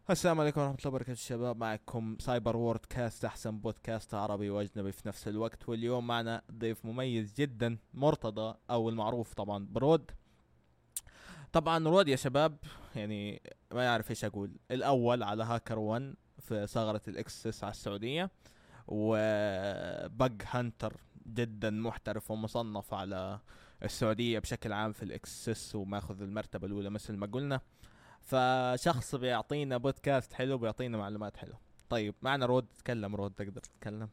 السلام عليكم ورحمة الله وبركاته الشباب، معكم سايبر وورد كاست، أحسن بودكاست عربي وأجنبي في نفس الوقت. واليوم معنا ضيف مميز جدا، مرتضى أو المعروف طبعا برود. طبعا رود يا شباب، يعني ما يعرف ايش أقول. الأول على هاكر 1 في ثغرة الإكسس على السعودية، وبج هانتر جدا محترف ومصنف على السعودية بشكل عام في الإكسس، وماخذ المرتبة الأولى مثل ما قلنا. فشخص بيعطينا بودكاست حلو، بيعطينا معلومات حلوه. طيب معنا رود، تكلم رود، تقدر تتكلم.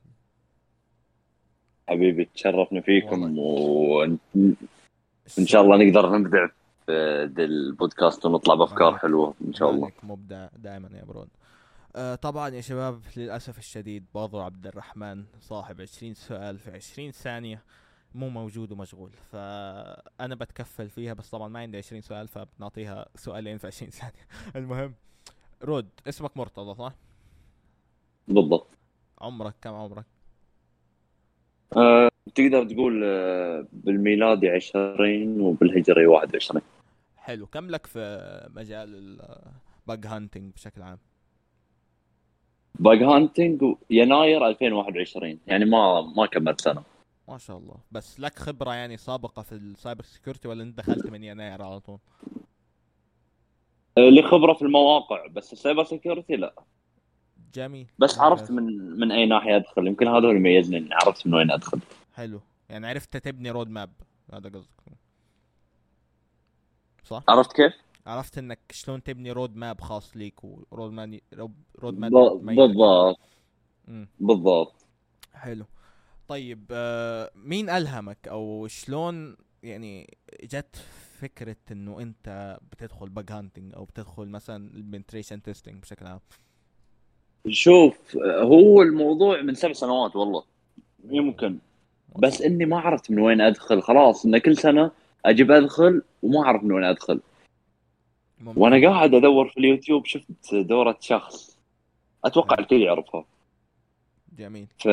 حبيبي تشرفنا والله فيكم وإن شاء الشرف الله نقدر نبدع في ذا البودكاست ونطلع ما بأفكار عليك، حلوة إن ما شاء الله. عليك، مبدع دائما يا برود. طبعا يا شباب، للأسف الشديد برضو عبد الرحمن صاحب 20 سؤال في 20 ثانية مو موجود ومشغول، فأنا بتكفل فيها، بس طبعا ما عندي 20 سؤال، فبنعطيها سؤالين في 20 ثانية. المهم، رود اسمك مرتضى صح؟ بالضبط. عمرك كم عمرك؟ تقدر تقول بالميلادي 20 وبالهجري 21. حلو، كم لك في مجال الباج هانتنج بشكل عام؟ باج هانتنج يناير 2021، يعني ما كملت سنة. ما شاء الله. بس لك خبرة يعني سابقة في السايبر سيكورتي، ولا انت دخلت من يناير على طول؟ لي خبرة في المواقع بس السايبر سيكيورتي لا. جميل، بس عرفت ممتاز. من أي ناحية أدخل، يمكن هذا هو اللي يميزني إني عرفت من وين أدخل. حلو، يعني عرفت تبني رود ماب، هذا قصدك صح؟ عرفت كيف؟ عرفت انك شلون تبني رود ماب خاص ليك، ورود ماب رود ماب يميزك يعني. بالضبط. امم بالضبط. حلو. طيب مين ألهمك او شلون يعني جت فكرة انه انت بتدخل باج هانتنج او بتدخل مثلا البنتريشن تيستينج بشكل عام؟ شوف، هو الموضوع من 7 سنوات والله، اوه، يمكن. ما شاء بس الله. اني ما عرفت من وين ادخل، خلاص ان كل سنه اجيب ادخل وما اعرف من وين ادخل. وانا ممتاز. قاعد ادور في اليوتيوب شفت دوره شخص اتوقع حلو، الكل يعرفها. جميل. في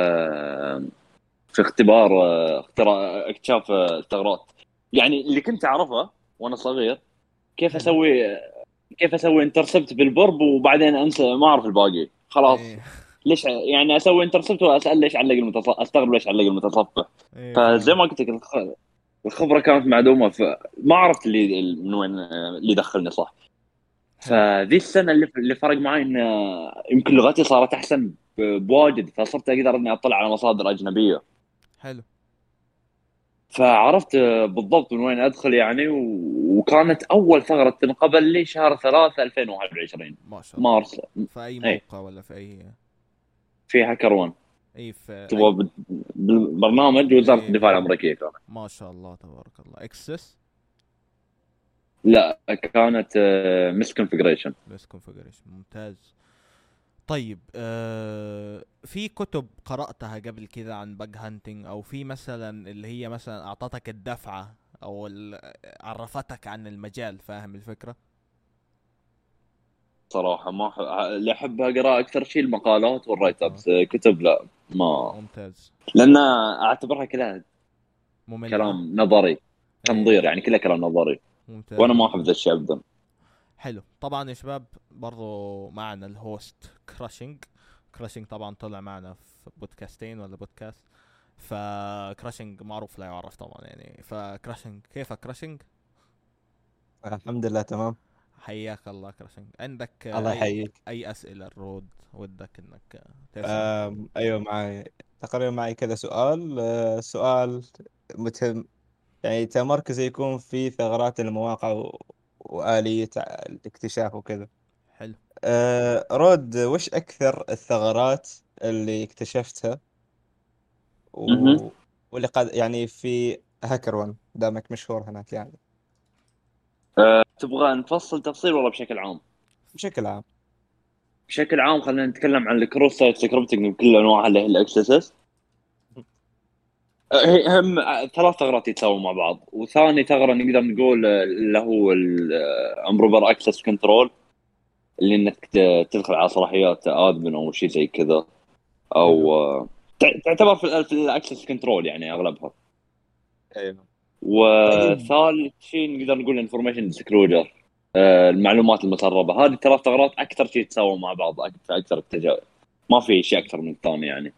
اختبار اكتشاف ثغرات. يعني اللي كنت اعرفه وانا صغير، كيف حلو. اسوي كيف اسوي انترسبت بالبرب وبعدين انسى ما اعرف الباقي خلاص. ايه. ليش يعني اسوي انترسبت واسال ليش علق استغرب ليش علق المتصفح. ايه فزي فاهم. ما قلت لك الخبره كانت معدومه، فما عرفت من وين اللي دخلني صح. حلو. فذي السنه اللي فرق معي ان يمكن لغتي صارت احسن بواجد، فصرت اقدر اني اطلع على مصادر اجنبيه. حلو. فعرفت بالضبط من وين ادخل يعني، وكانت اول ثغره تنقبل لي شهر 3 2021. ما شاء الله. مارس. في اي اي، موقع ولا في اي؟ في هاكر 1. اي في هو اي؟ بالبرنامج وزاره اي الدفاع الامريكيه كانت. ما شاء الله تبارك الله. اكسس لا، كانت مس كونفجريشن. بس كونفيجريشن، ممتاز. طيب في كتب قرأتها قبل كذا عن باج هانتنج، او في مثلا اللي هي مثلا اعطتك الدفعة او عرفتك عن المجال، فاهم الفكرة؟ صراحه ما اللي احب اقرا اكثر شيء المقالات والرايت مقال. ابس، كتب لا. ما ممتاز. لان اعتبرها كلها مملة. كلام نظري، ايه. تنظير، يعني كلها كلام نظري. ممتاز وانا ما جدا. احب ذا الشيء ابدا. حلو. طبعا يا شباب، برضو معنا الهوست كراشنج. كراشنج طبعا طلع معنا في بودكاستين ولا بودكاست، فكراشنج معروف لا يعرف طبعا يعني. فكراشنج، كيفك كراشنج؟ الحمد لله تمام. حياك الله كراشنج. عندك الله اي يحييك. اسئله الرود ودك انك تسال؟ ايوه معي، تقريبا معي كذا سؤال. سؤال متهم، يعني تمركز يكون في ثغرات المواقع وآلية الاكتشاف وكذا. حلو. رود، وش أكثر الثغرات اللي اكتشفتها مهم. و... واللي قد يعني في هاكر ون دامك مشهور هناك يعني؟ تبغى نفصل تفصيل ولا بشكل عام؟ بشكل عام. بشكل عام خلينا نتكلم عن الكروس سايت سكريبتنج بكل انواعها اللي هي الاكسسس. هي هم 3 ثغرات يتساووا مع بعض، وثاني ثغره نقدر نقول اللي هو الامبروفر اكسس كنترول، اللي انك تدخل على صلاحيات ادمن او شيء زي كذا، حلو. او تعتبر في الاكسس كنترول يعني اغلبها. ايوه. طيب. وثالث شيء نقدر نقول انفورميشن ديسكلوجر. المعلومات المسربه. هذه 3 ثغرات اكثر شيء تساووا مع بعض، اكثر التجارب. ما في شيء اكثر من الثاني يعني.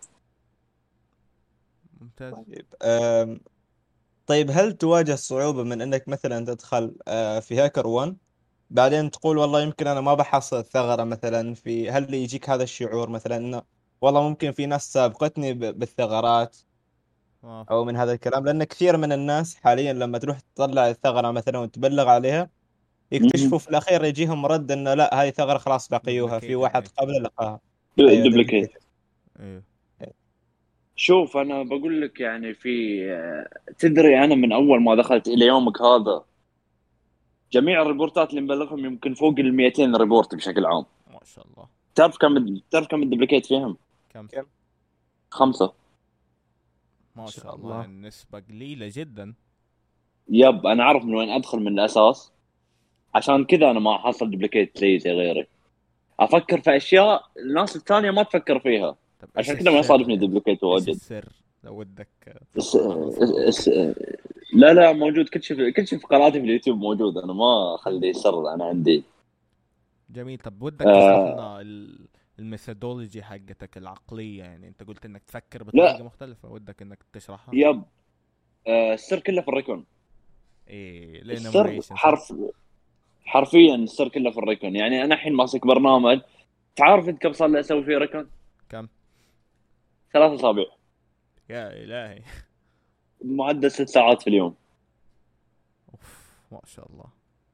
ممتاز. طيب طيب هل تواجه صعوبة من انك مثلا تدخل في هاكر 1 بعدين تقول والله يمكن انا ما بحصل الثغرة مثلا، في هل يجيك هذا الشعور مثلا انه والله ممكن في ناس سابقتني بالثغرات آه. او من هذا الكلام؟ لان كثير من الناس حاليا لما تروح تطلع الثغرة مثلا وتبلغ عليها مهم. يكتشفوا في الاخير يجيهم رد انه لا هذه ثغرة خلاص لقيوها في دوبليكيتد. واحد ايه. قبل لقاها. ايوه دوبليكيت. دبليكيت. ايه. شوف انا بقول لك يعني في تدري انا من اول ما دخلت الى يومك هذا جميع الريبورتات اللي مبلغهم يمكن فوق ال 200 ريبورت بشكل عام. ما شاء الله. تعرف كم الدوبليكيت فيهم؟ كم؟ كم؟ 5. ما ما شاء شاء الله، الله. يعني نسبة قليلة جدا. يب انا اعرف من وين ادخل من الاساس. عشان كذا انا ما حصل دوبليكيت زي غيري. افكر في اشياء الناس الثانيه ما تفكر فيها. طب ايش عشان كذا ما السر يصادفني يعني؟ دوبليكيت ايش واجد. السر لو ودك الس... تحطه على الفضاء؟ الس... لا موجود، كل شيء في قناتي في اليوتيوب موجود. انا ما اخلي سر انا عندي. جميل. طب ودك تشرح آه... لنا الميثودولوجي حقتك العقلية؟ يعني انت قلت انك تفكر لا بطريقة مختلفة، ودك انك تشرحها. يب السر كله في الريكون. ايه، السر الانومريشن صح؟ حرفيا السر كله في الريكون. يعني انا الحين ماسك برنامج. تعرف انت كم صار لي اسوي فيه ريكون؟ كم؟ 3 اسابيع. يا الهي. معدل 6 ساعات في اليوم. اوف، ما شاء الله.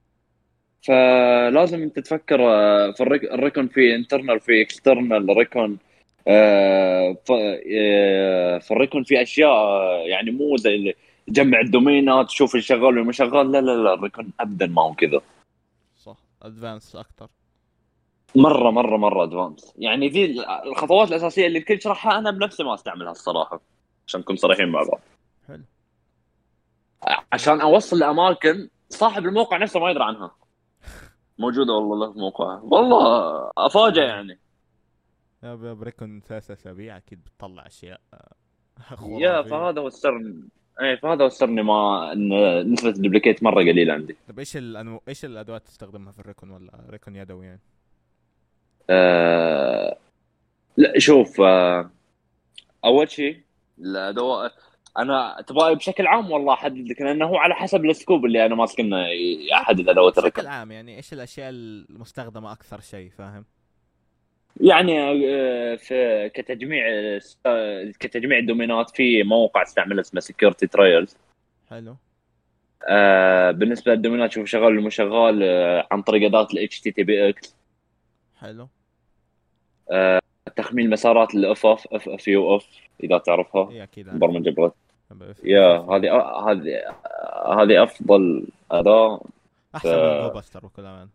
فلازم انت تفكر في الريكون في انترنال في اكسترنال ريكون. في الريكون في اشياء يعني مو زي اللي تجمع الدومينات تشوف اللي شغال واللي ما شغال. لا الريكون ابدا ما هو كذا. صح، ادفانس اكتر. مره ادفانس. يعني ذي الخطوات الاساسيه اللي الكل شرحها انا بنفسي ما استعملها الصراحه. عشان نكون صريحين مع بعض. حلو. عشان اوصل لاماكن صاحب الموقع نفسه ما يدري عنها. موجوده والله له في موقعه. والله افاجئ يا يعني. يا بريكون 3 اسابيع اكيد بتطلع اشياء يا خرافية. فهذا هو السر. اي فهذا هو السر اني ما ان نسبه الدوبليكيت مره قليله عندي. طب ايش الادوات تستخدمها في الريكون، ولا ريكون يدوي يعني؟ أه... لا شوف اول شيء الادوات. انا تبغى بشكل عام والله احدد لك لانه هو على حسب السكوب اللي انا ماسك انه يحدد ادوات بشكل الرقم. عام يعني ايش الاشياء المستخدمة اكثر شيء، فاهم؟ يعني في كتجميع الدومينات في موقع استعمله اسمه سكيورتي ترايلز. حلو. بالنسبه للدومينات شوف شغال ولا مو شغال عن طريق اداه ال HTTPX. حلو. تخمين مسارات اف يو اف اذا تعرفها. ايه اكيد عارف. برمجه بلغه. يا اف اف يو. هذه افضل اداه. احسن من جو في باستر وكل امان.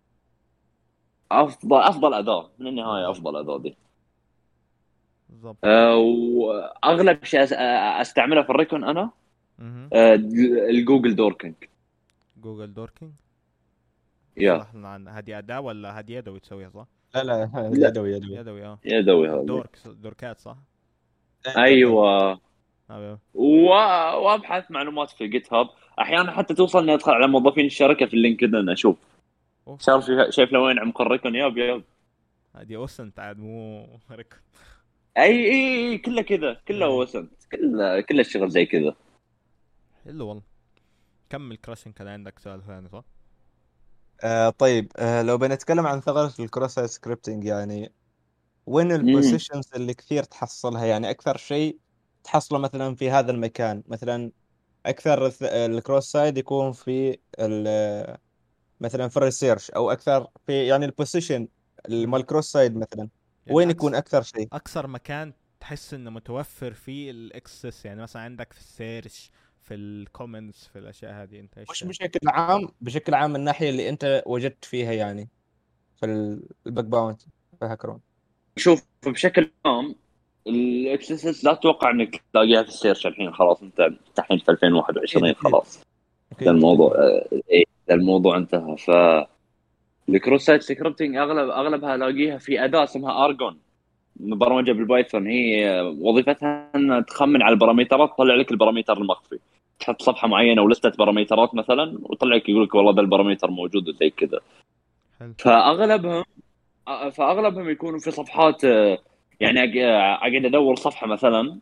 افضل اداه من النهايه بالضبط. افضل اداه دي. بالضبط. واغلب شيء استعمله في الريكون انا اها. الجوجل دوركينج. جوجل دوركينج. يا اشرح لنا عن هذه اداة ولا هذه يدوي تسويها صح؟ لا لا يدوي يدوي. يدوي اه. يدوي هذه. دوركات صح؟ دوركينج. ايوه. ايوه. وابحث معلومات في جيت هاب. احيانا حتى توصل اني ادخل على موظفين الشركه في اللينكدين اشوف. اوف. شايف لوين عمق الريكون. يب. هذه اوسنت عاد مو ريكون. اي كله كذا كله ايه. وسنت كله الشغل زي كذا. حلو والله. كمل كراشن، كان عندك سؤال ثاني صح؟ طيب لو بنتكلم عن ثغرة الكروس سكريبتنج يعني وين امم البوزيشنز اللي كثير تحصلها؟ يعني أكثر شيء تحصله مثلا في هذا المكان مثلا أكثر الكروس سايد يكون في مثلا في الريسيرش أو أكثر في يعني البوزيشن امم. الكروس سايد مثلا يعني وين يكون أكثر شيء؟ اكثر مكان تحس انه متوفر فيه الاكسس، يعني مثلا عندك في السيرش، في الكومنتس، في الاشياء هذه، انت ايش مش شايف؟ بشكل عام الناحية اللي أنت وجدت فيها يعني في الباك باونت في هاكرون. شوف بشكل عام الاكسسس لا تتوقع انك تلاقيها في السيرش الحين. خلاص انت الحين في أكيد 2021 أكيد خلاص. ده أكيد الموضوع أكيد. ده الموضوع انتهى. الكروس سايت سكريبتنج اغلبها الاقيها في اداه اسمها ارجون مبرمجه بالبايثون. هي وظيفتها ان تخمن على البارامترات تطلع لك البارامتر المخفي. تحط صفحه معينه ولستة بارامترات مثلا وطلع لك يقول لك والله ذا البارامتر موجود وزي كذا. حلو. فاغلبهم يكونوا في صفحات، يعني اقعد ادور صفحه مثلا،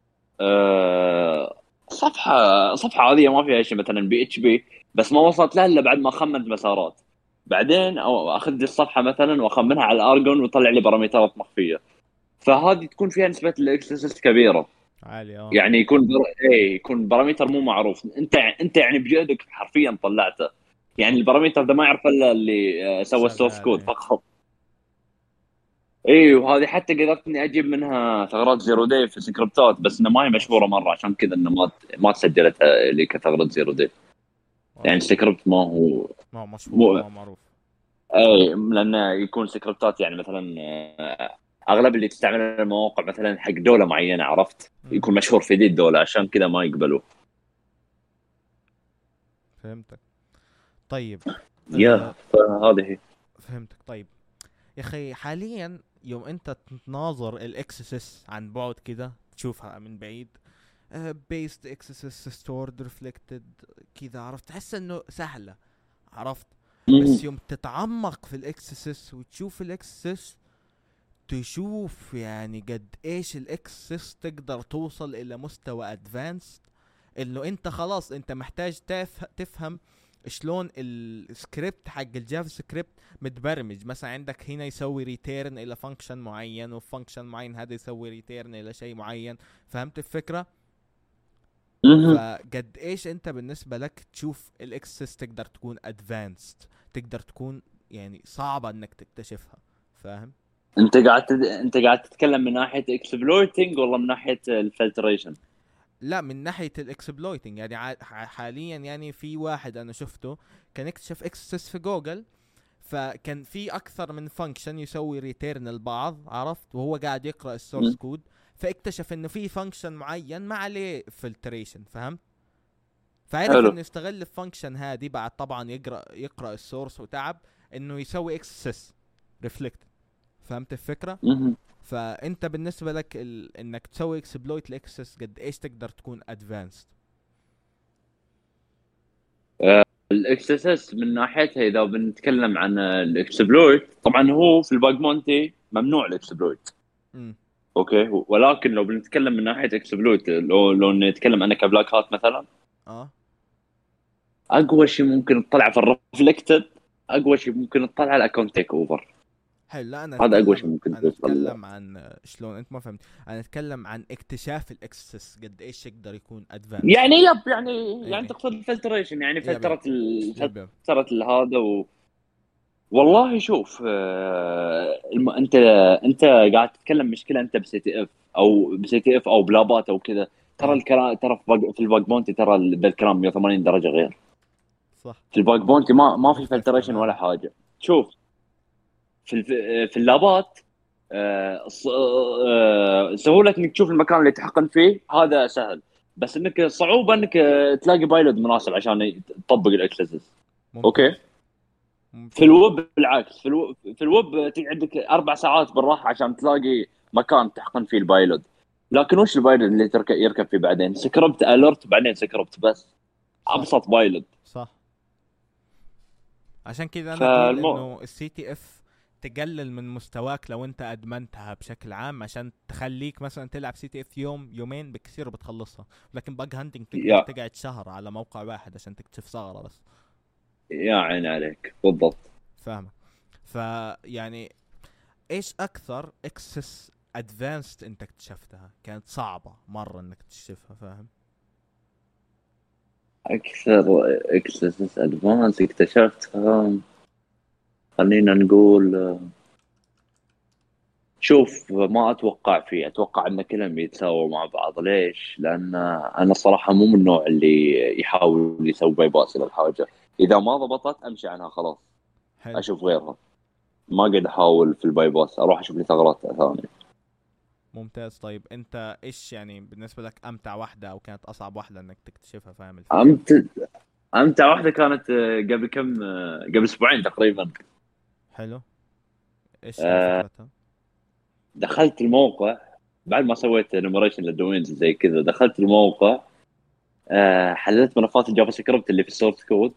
صفحه عاديه ما فيها شيء، مثلا بي اتش بي، بس ما وصلت لها الا بعد ما خمنت مسارات. بعدين او اخذ دي الصفحه مثلا واخمنها على الارجون ويطلع لي بارامترات مخفيه، فهذه تكون فيها نسبه الاكسسس كبيره. عالي اه. يعني يكون بارامتر مو معروف، انت يعني بجهدك حرفيا طلعته. يعني البارامتر ده ما يعرف الا اللي سوى السورس شغال كود ايه. فقط. اي، وهذه حتى قدرت اني اجيب منها ثغرات زيرو داي في سكريبتات، بس انها ما هي ما شاء مشهوره الله. مره، عشان كذا انه ما تسجلتها لي كثغرات زيرو داي. ما يعني شاء الله. السكريبت ما هو ما هو مشهور، مو ما هو معروف. اي، لانه يكون سكريبتات يعني مثلا، اغلب اللي تستعمل المواقع مثلا حق دوله معينه، عرفت، امم. يكون مشهور في دي الدوله، عشان كذا ما يقبلوه. فهمتك. طيب. يا فهذه هي. فهمتك. طيب يا اخي، حاليا يوم انت تناظر الاكسسس عن بعد كده، تشوفها من بعيد، بيست اكسسس ستورد ريفلكتد كذا، عرفت، تحس انه سهله، عرفت. مم. بس يوم تتعمق في الاكسسس وتشوف الاكسسس، تشوف يعني قد ايش الاكسس تقدر توصل الى مستوى ادفانسد، انه انت خلاص انت محتاج تفهم شلون السكريبت حق الجافا سكريبت متبرمج. مثلا عندك هنا يسوي ريتيرن الى فانكشن معين، وفانكشن معين هذا يسوي ريتيرن الى شيء معين. فهمت الفكرة؟ مم. فقد ايش انت بالنسبة لك تشوف الاكسس تقدر تكون ادفانسد، تقدر تكون يعني صعبة انك تكتشفها. فاهم؟ انت قاعد تتكلم من ناحيه اكسبلويتنج ولا من ناحيه الفلتريشن؟ لا، من ناحيه الاكسبلويتنج. يعني حاليا يعني في واحد انا شفته كان اكتشف اكسس في جوجل، فكان في اكثر من فانكشن يسوي ريتيرن البعض، عرفت، وهو قاعد يقرا السورس كود، فاكتشف انه في فانكشن معين ما عليه فلتريشن. فهمت؟ فعرف حلو. انه يستغل الفانكشن هذه، بعد طبعا يقرا السورس وتعب، انه يسوي اكسس ريفلكت. فهمت الفكره؟ مم. فانت بالنسبه لك انك تسوي اكسبلويت الاكسس، قد ايش تقدر تكون ادفانسد؟ الاكسسس من ناحيتها، اذا بنتكلم عن الاكسبلويت، طبعا هو في الباج مونتي ممنوع الاكسبلويت. امم. اوكي، ولكن لو بنتكلم من ناحيه اكسبلويت، لو نتكلم عنه كبلاك هات مثلا، اه. اقوى شيء ممكن تطلع في الرفلكتد، اقوى شيء ممكن تطلع على الاكونت تيك اوفر. حلو. لا انا هذا اقوى اتكلم شيء ممكن انا توصل له. اتكلم عن شلون انت ما فهمت. انا اتكلم عن اكتشاف الاكسس، قد ايش يقدر يكون ادفانسد. يعني يب يعني اي يعني اي. تقصد الفلتريشن، يعني يب يب. يب. فلترة هذا والله شوف، انت قاعد تتكلم مشكله، انت بسي تي اف او بسي تي اف او بلابات او كذا. ترى اه الكلام، ترى في الباج بونتي، ترى ذا الكلام 180 درجه غير. صح. في الباج بونتي ما في مختلف فلتريشن ولا تماما. حاجه. شوف، في اللابات، سهوله انك تشوف المكان اللي تحقن فيه هذا سهل، بس انك صعوبه انك تلاقي بايلود مناسب عشان تطبق الاكسسز. اوكي. ممتاز. في ممتاز. الويب بالعكس، في الويب عندك 4 ساعات بالراحه عشان تلاقي مكان تحقن فيه البايلود. لكن وش البايلود اللي يركب فيه بعدين؟ سكريبت الرت، بعدين سكريبت بس. صح. ابسط بايلود. صح. عشان كذا انا اقول فالمو انه السي تي اف تقلل من مستواك لو انت ادمنتها بشكل عام، عشان تخليك مثلا تلعب سي تي اف يوم يومين بكثير وبتخلصها. لكن باج هانتنج تقدر يا تقعد شهر على موقع واحد عشان تكتشف ثغرة بس. يا عين عليك بالضبط. فاهمك. فيعني ايش اكثر اكسس ادفانسد انت اكتشفتها كانت صعبة مرة انك تكتشفها؟ فاهم؟ اكثر اكسسس ادفانس اكتشفتها، خلينا نقول، شوف، ما اتوقع فيه، اتوقع ان كلهم يتساووا مع بعض. ليش؟ لان انا الصراحه مو من النوع اللي يحاول يسوي باي باس للحاجه. اذا ما ضبطت امشي عنها خلاص، حلو. اشوف غيرها. ما قاعد احاول في الباي باس، اروح اشوف لي ثغرات ثانيه. ممتاز. طيب انت ايش يعني بالنسبة لك امتع واحدة او كانت اصعب واحدة انك تكتشفها؟ فاهم الفكرة؟ أمت... امتع واحده كانت قبل كم، قبل اسبوعين تقريبا. حلو. ايش كان آه، فكرتها؟ دخلت الموقع بعد ما سويت انوميريشن للدومينز زي كذا. دخلت الموقع، حللت ملفات الجافا سكريبت اللي في السورس كود.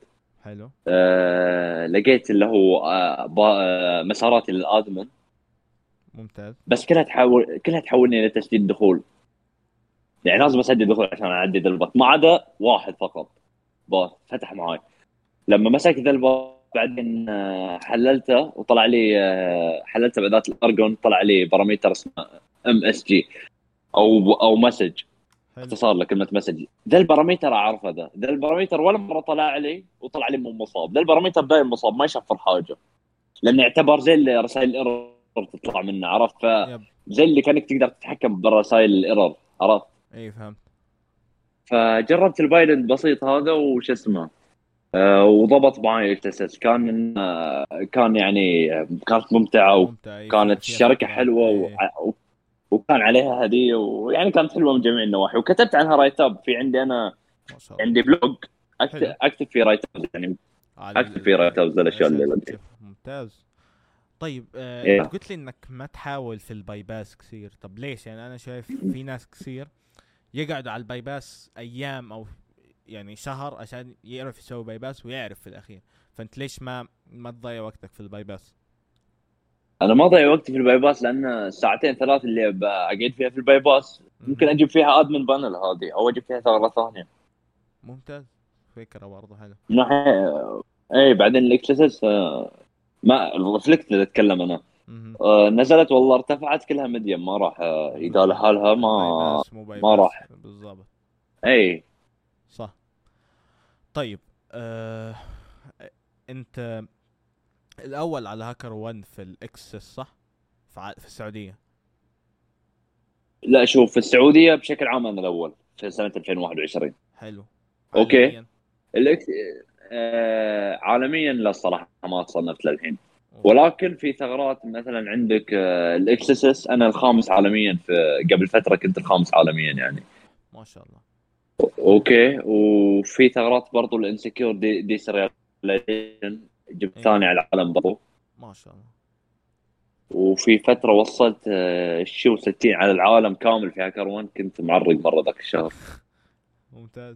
حلو. لقيت اللي هو مسارات للادمن، ممتاز. بس كلها تحولني الى تسديد دخول. يعني لازم اسدد دخول عشان اعدد البوت، ما عدا واحد فقط بوت فتح معاي. لما مسكت ذا البوت بعدين حللته وطلع لي حللته بأداة الارجون، طلع لي بارامتر اسمه MSG او مسج، حلو. اختصار لكلمه مسج. ذا البارامتر اعرفه، ذا البارامتر ولا مره طلع لي وطلع لي مو مصاب. ذا البارامتر دايم مصاب ما يشفر حاجه، لانه يعتبر زي رسائل الايرور تطلع منه، عرفت؟ يب. فزي اللي كانك تقدر تتحكم برسائل الايرور، عرفت؟ اي فهمت. فجربت البايلوت بسيط هذا وش اسمه، وضبط معي اكتسس. كان يعني كانت ممتعه، ممتع. أي وكانت فيها الشركه فكرة. حلوه اي. وكان عليها هديه، ويعني كانت حلوه من جميع النواحي. وكتبت عنها رايت اب في عندي انا، ما شاء الله. عندي بلوج حلو. اكتب فيه رايت اب، يعني على اكتب فيه رايت اب زي الاشياء الاشياء اللي اللي بدي. بتشوفها. ممتاز. طيب انت إيه. قلت لي انك ما تحاول في الباي باس كثير. طب ليش؟ يعني انا شايف في ناس كثير يقعدوا على الباي باس ايام او يعني شهر عشان يعرف يسوي باي باس ويعرف في الاخير. فانت ليش ما تضيع وقتك في الباي باس؟ انا ما اضيع وقتي في الباي باس، لان الساعتين ثلاث اللي بقعد فيها في الباي باس ممكن اجيب فيها ادمن بانل هذه، او اجيب فيها ثغره ثانيه. ممتاز. فكرة برضه حلو. من ناحيه اي بعدين الاكسسس ما الرفلكت اللي اتكلم انا، مهم. نزلت والله ارتفعت كلها مديم، ما راح اذا لحالها الباي ما باس مو باي ما باس راح. بالضبط. اي صح. طيب انت الاول على هاكر 1 في الاكسس صح؟ في السعودية. لا شوف، في السعوديه بشكل عام انا الاول في سنه 2021. حلو. اوكي. عالميا. الإكس... عالميا لا الصراحه ما تصنفت للحين، أوه. ولكن في ثغرات مثلا عندك الاكسسس انا الخامس عالميا، في قبل فتره كنت الخامس عالميا يعني. ما شاء الله. اوكي. وفي ثغرات برضو الانسكيور دي سيرياليزيشن جبت ايه. ثاني على العالم برضو. ما شاء الله. وفي فتره وصلت شو 60 على العالم كامل في هاكر 1، كنت معرق مره ذاك الشهر. ممتاز.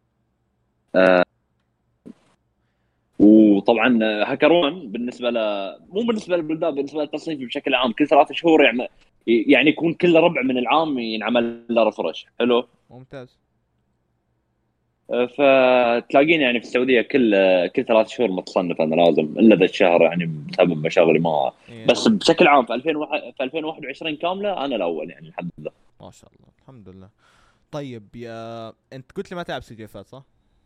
وطبعا هاكر 1 بالنسبه مو بالنسبه للبلدان، بالنسبه للتصنيف بشكل عام كل 3 شهور يعني يكون كل ربع من العام ينعمل له ريفرش. حلو. ممتاز. فتلاقيني يعني في السعوديه كل 3 شهور متصنف انا لازم، الا ذا الشهر يعني بسبب مشاغلي ما. إيه. بس بشكل عام في 2021 كامله انا الاول يعني الحمد لله. ما شاء الله. الحمد لله. طيب انت قلت لي ما تلعب سي فات صح؟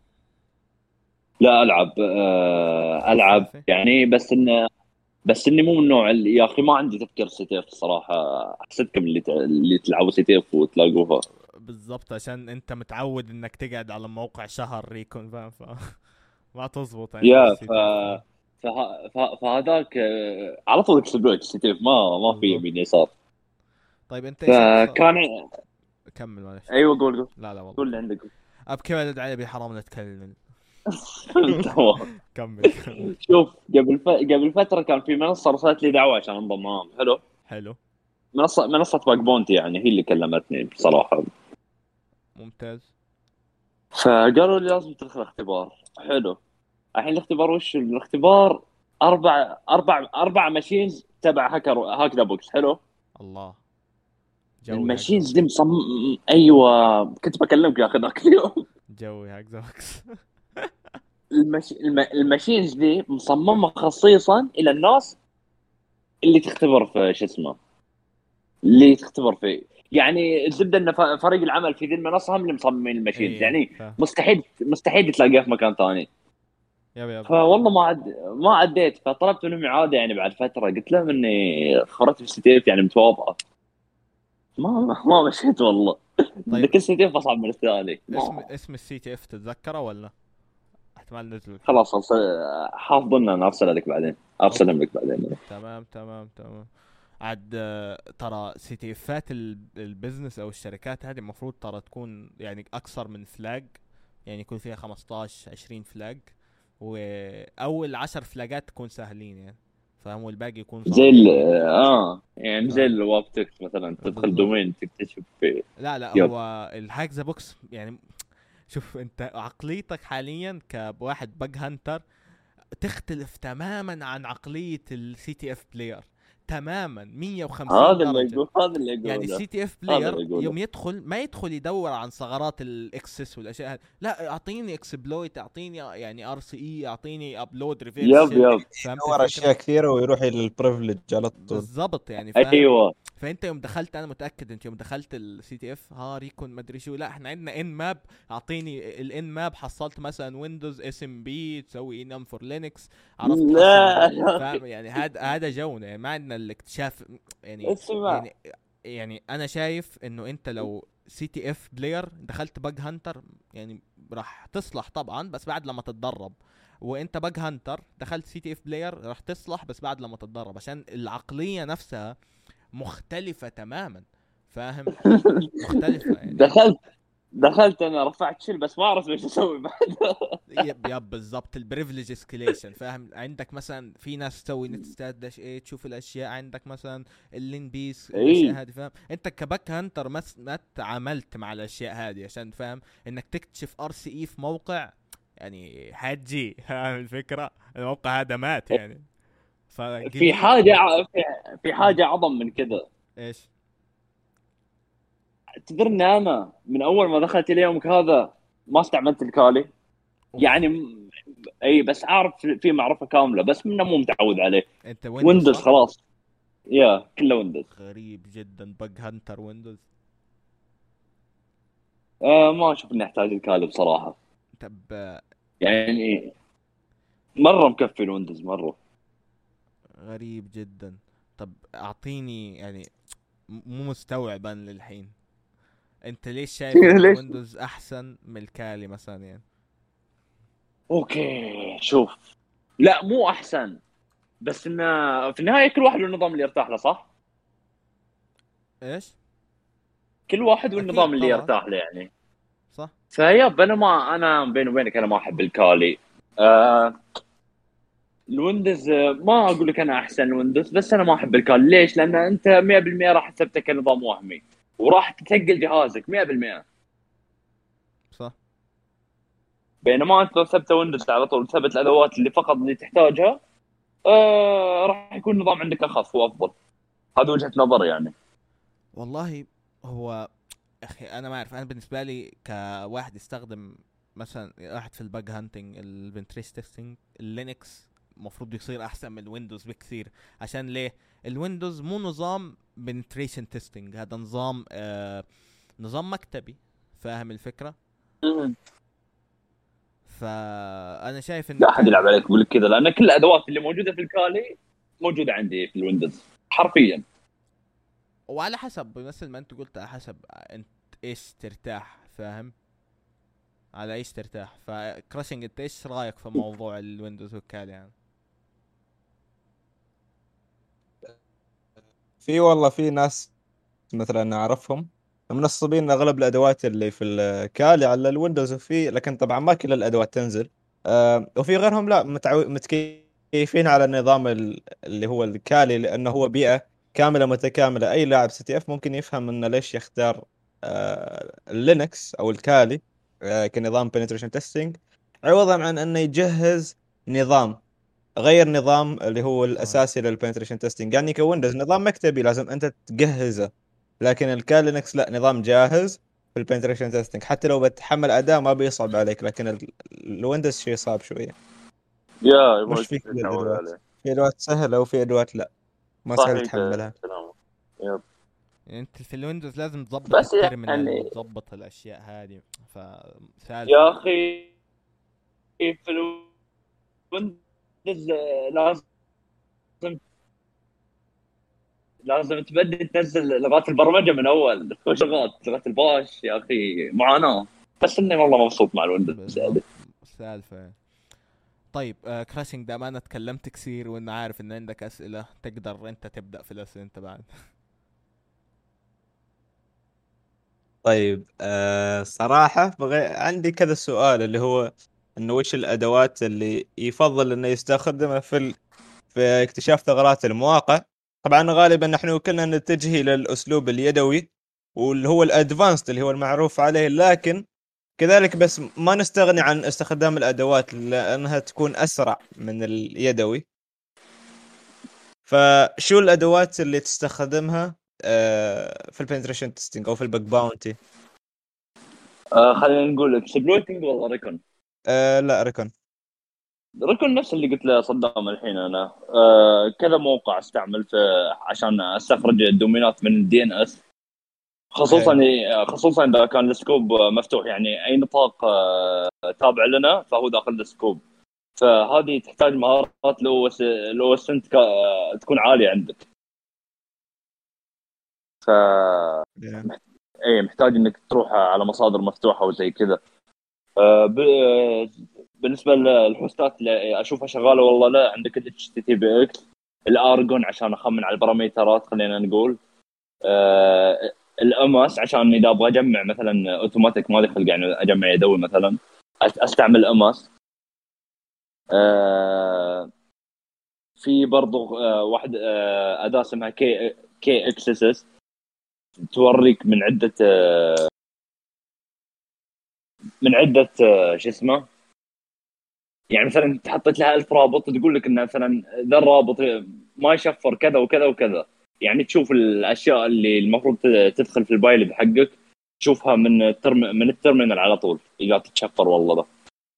لا العب العب خفافي. يعني، بس اني مو من النوع اللي يا اخي ما عندي تفكير سيتيف الصراحه. احسدكم اللي تلعبوا سيتيف وتلاقوها. بالضبط عشان انت متعود انك تقعد على موقع شهر ريكون فاهم ما تزبط عندك يا السي فاهم. فهذاك على طول اكسبلويت سيتيف، ما في بالضبط. يمين يسار. طيب انت ايش اقصى؟ فكان كمل معلش. ايوه قول لا لا والله قول اللي كمل. عندك. ابكي ولد علي حرام نتكلم. تمام. كمل. شوف قبل فتره كان في منصه ارسلت لي دعوه عشان انضم معاهم. حلو. حلو. منصه باك بونتي يعني هي اللي كلمتني بصراحه. ممتاز. فقالوا لي لازم تدخل اختبار. حلو. الحين الاختبار وش الاختبار؟ اربع ماشينز تبع هاك ذا بوكس. حلو. الله. جوي هاك الماشينز زوكس. دي ايوه كنت بكلمك يا اخي ذاك اليوم. جوي هاك زوكس. الماشينز دي مصممه خصيصا الى الناس اللي تختبر في شو اسمه، اللي تختبر فيه. يعني الزبده ان فريق العمل في ذي المنصه هم اللي مصممين الماشينز، ايه يعني فاهم. مستحيل تلاقيها في مكان ثاني. يب. فوالله ما عديت، فطلبت منهم اعاده يعني بعد فتره. قلت لهم اني خرجت في السيتيف يعني متواضعه. ما مشيت والله. طيب ذاك السيتيف اصعب من الثاني. اسم السي تي اف تتذكره ولا احتمال نزل؟ خلاص حافظ لنا ارسل لك بعدين، اوكي. ارسلهم لك بعدين. تمام. عاد ترى سي تي افات البزنس او الشركات هذه المفروض ترى تكون يعني اكثر من فلاج، يعني يكون فيها 15 20 فلاج، واول 10 فلاجات تكون سهلين يعني فاهم، والباقي يكون زي صعبين يعني زي فاهم. الواب تكست مثلا تدخل بالضبط. دومين تكتشف في. لا يب. هو الهاك ذا بوكس يعني شوف انت عقليتك حاليا كواحد باج هانتر تختلف تماما عن عقلية السي تي اف بلاير، تماما 150 هذا اللي درجة. يقول، هذا اللي يعني يقوله، السي تي اف هذا بلاير اللي يقوله. يوم يدخل ما يدخل يدور عن ثغرات الاكسس والاشياء هذه، لا اعطيني اكسبلويت، اعطيني يعني ار سي اي، اعطيني ابلود ريفيرس يب شيل. يب فهمت يدور الفكرة؟ اشياء كثيره ويروح للبريفليج على طول. بالضبط يعني فاهم. ايوه فانت يوم دخلت، انا متاكد انت يوم دخلت السي تي اف ريكون مدري شو، لا احنا عندنا ان ماب، اعطيني الان ماب، حصلت مثلا ويندوز اس ام بي تسوي ان ام فور لينكس، عرفت لا تحصل يا فاهم اخي يعني. هذا جونا يعني، ما عندنا الاكتشاف يعني. اسمع. يعني يعني انا شايف انه انت لو سي تي اف بلاير دخلت باج هانتر يعني راح تصلح طبعا، بس بعد لما تتدرب. وانت باج هانتر دخلت سي تي اف بلاير راح تصلح بس بعد لما تتدرب، عشان العقلية نفسها مختلفة تماما، فاهم؟ مختلفة يعني. دخلت انا رفعت شيل بس ما اعرف ايش اسوي بعد. يب بالضبط، البريفليج اسكيليشن، فاهم؟ عندك مثلا في ناس تسوي نت ستات داش ايه، تشوف الاشياء عندك مثلا اللين بيس الاشياء اي هذه، فاهم؟ انت كباك هانتر ما تعاملت مع الاشياء هذه، عشان فاهم انك تكتشف ار سي اي في موقع يعني حاجي فاهم الفكرة؟ الموقع هذا مات يعني، في فقليل. حاجه في مم. حاجه اعظم من كذا. ايش؟ تدري انا من اول ما دخلت اليومك هذا ما استعملت الكالي اوف. يعني اي بس اعرف في معرفه كامله بس منه مو متعود عليه. انت ويندوز ويندوز صح؟ خلاص، يا كله ويندوز. غريب جدا باج هانتر ويندوز. ما اشوف اني احتاج الكالي بصراحه، طب يعني مره مكفي الويندوز مره. غريب جدا. طب اعطيني يعني، مو مستوعب انا للحين، انت ليش شايف ان ليش؟ الويندوز احسن من الكالي مثلا يعني؟ اوكي شوف، لا مو احسن، بس انه في النهايه كل واحد والنظام اللي يرتاح له، صح؟ ايش؟ كل واحد اكيد والنظام اللي طبعا. يرتاح له يعني. صح. فيب انا بيني وبينك انا ما احب الكالي. آه الويندوز، ما اقول لك انا احسن الويندوز، بس انا ما احب الكالي. ليش؟ لان انت 100% راح تثبته كنظام وهمي وراح تثقل جهازك 100%. صح. بينما انت لو ثبت ويندوز على طول ثبت الادوات اللي فقط اللي تحتاجها، راح يكون النظام عندك اخف وافضل. هذه وجهة نظري يعني. والله هو اخي انا ما اعرف، انا بالنسبه لي كواحد يستخدم مثلا، واحد في الباج هانتنج البنتريس تيستنج، اللينكس المفروض يصير احسن من الويندوز بكثير. عشان ليه؟ الويندوز مو نظام بنتريشن تيستنج، هذا نظام نظام مكتبي، فاهم الفكره؟ فانا شايف انه لا احد يلعب الكالي، عليك يقول لك كذا، لان كل الادوات اللي موجوده في الكالي موجوده عندي في الويندوز حرفيا. وعلى حسب مثل ما انت قلت، على حسب انت ايش ترتاح، فاهم؟ على ايش ترتاح. فكراشنج انت ايش رايك في موضوع الويندوز والكالي يعني؟ في والله في ناس مثلا اعرفهم منصبين اغلب الادوات اللي في الكالي على الويندوز، وفي لكن طبعا ما كل الادوات تنزل. وفي غيرهم لا متكيفين على النظام اللي هو الكالي، لانه هو بيئة كاملة متكاملة. اي لاعب سي تي اف ممكن يفهم انه ليش يختار اللينكس او الكالي كنظام بنتريشن تيستينج، عوضا عن انه يجهز نظام غير نظام اللي هو صحيح. الاساسي للبنتريشن تيستينج. يعني كويندوز نظام مكتبي لازم انت تجهزه، لكن الكالينكس لا، نظام جاهز في البنتريشن تيستينج. حتى لو بتحمل اداء ما بيصعب عليك، لكن الويندوز شيء صعب شويه. يا مش يبغى في كل تتعود الادوات، عليه. في ادوات سهله وفي ادوات لا، ما سهل صحيح تحملها. كلامك. يب. يعني انت في الويندوز لازم تظبط بس التيرمينال يعني وتظبط الاشياء هذه، فسالفه. يا اخي في الويندوز لازم تبدي تنزل لغات البرمجه من اول. وش لغات الباش يا اخي معاناه. بس اني والله مبسوط مع الويندوز بالضبط، يعني. سالفه يعني. طيب كراشنج ده، ما انا اتكلمت كثير وان عارف ان عندك اسئله، تقدر انت تبدا في الاسئله انت بعد. طيب صراحه عندي كذا سؤال، اللي هو انه وش الادوات اللي يفضل انه يستخدمها في اكتشاف ثغرات المواقع. طبعا غالبا نحن كلنا نتجه الى الاسلوب اليدوي واللي هو الادفانسد اللي هو المعروف عليه، لكن كذلك بس ما نستغني عن استخدام الادوات لانها تكون اسرع من اليدوي. فشو الادوات اللي تستخدمها في البنتريشن تيستينج او في البق باونتي؟ خلينا نقول اكسبلويتنج ولا ريكون. لا ريكون. ريكون نفس اللي قلت له صدام الحين انا. كذا موقع استعمل عشان استخرج الدومينات من الدي ان اس، خصوصا اذا كان السكوب مفتوح، يعني اي نطاق تابع لنا فهو داخل السكوب. فهذه تحتاج مهارات لو انت تكون عاليه عندك. ف اي محتاج انك تروح على مصادر مفتوحه وزي كذا. بالنسبه للحوستات اللي اشوفها شغاله والله لا، عندك ال HTTPX، الارجون عشان اخمن على البارامترات خلينا نقول، الاماس عشان اذا ابغى اجمع مثلا اوتوماتيك مالي خلق يعني اجمع يدوي مثلا استعمل اماس. في برضو واحد اداه اسمها كي اكسس، توريك من عده شو اسمه، يعني مثلا حطيت لها 1000 رابط تقول لك ان مثلا ذا الرابط ما يشفر كذا وكذا وكذا، يعني تشوف الاشياء اللي المفروض تدخل في البايلد حقك تشوفها من الترمينال على طول اذا تتشفر والله ده.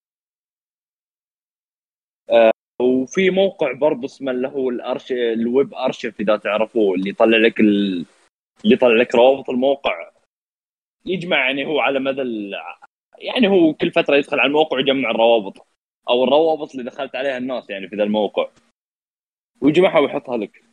وفي موقع برضه اسمه اللي هو الويب ارشيف اذا تعرفوه، اللي يطلع لك اللي يطلع لك روابط الموقع، يجمع يعني هو على مدى يعني هو كل فتره يدخل على الموقع ويجمع الروابط او الروابط اللي دخلت عليها الناس يعني في ذا الموقع ويجمعها ويحطها لك.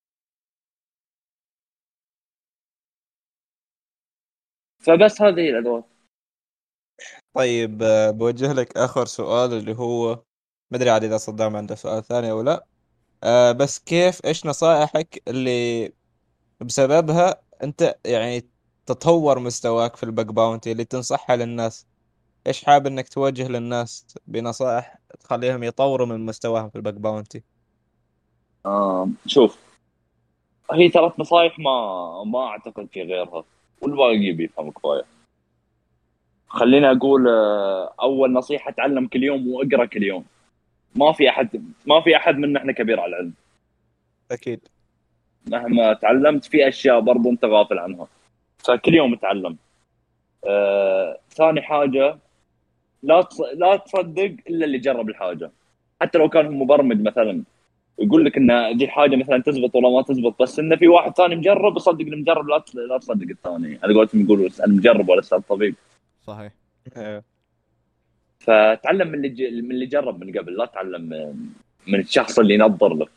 فبس هذه الادوات. طيب بوجه لك اخر سؤال اللي هو ما ادري عاد اذا صدام عنده سؤال ثاني او لا. بس كيف ايش نصائحك اللي بسببها انت يعني تطور مستواك في البق باونتي اللي تنصحها للناس؟ ايش حاب انك توجه للناس بنصائح تخليهم يطوروا من مستواهم في البق باونتي؟ شوف، هي 3 نصائح ما اعتقد في غيرها، والباقي بيفهم كفايه. خليني اقول اول نصيحه تعلم كل يوم واقرا كل يوم. ما في احد منا احنا كبير على العلم. اكيد. مهما تعلمت في اشياء برضو انت غافل عنها، فكل يوم اتعلم. ثاني حاجه، لا تصدق الا اللي جرب الحاجه، حتى لو كان هو مبرمج مثلا يقول لك ان دي حاجه مثلا تزبط ولا ما تزبط، بس انه في واحد ثاني مجرب صدق المجرب، لا تصدق الثاني. على قولتهم يقولوا اسال المجرب ولا اسال الطبيب. صحيح. إيه. فتعلم من اللي جرب من قبل، لا تعلم من الشخص اللي ينظر لك.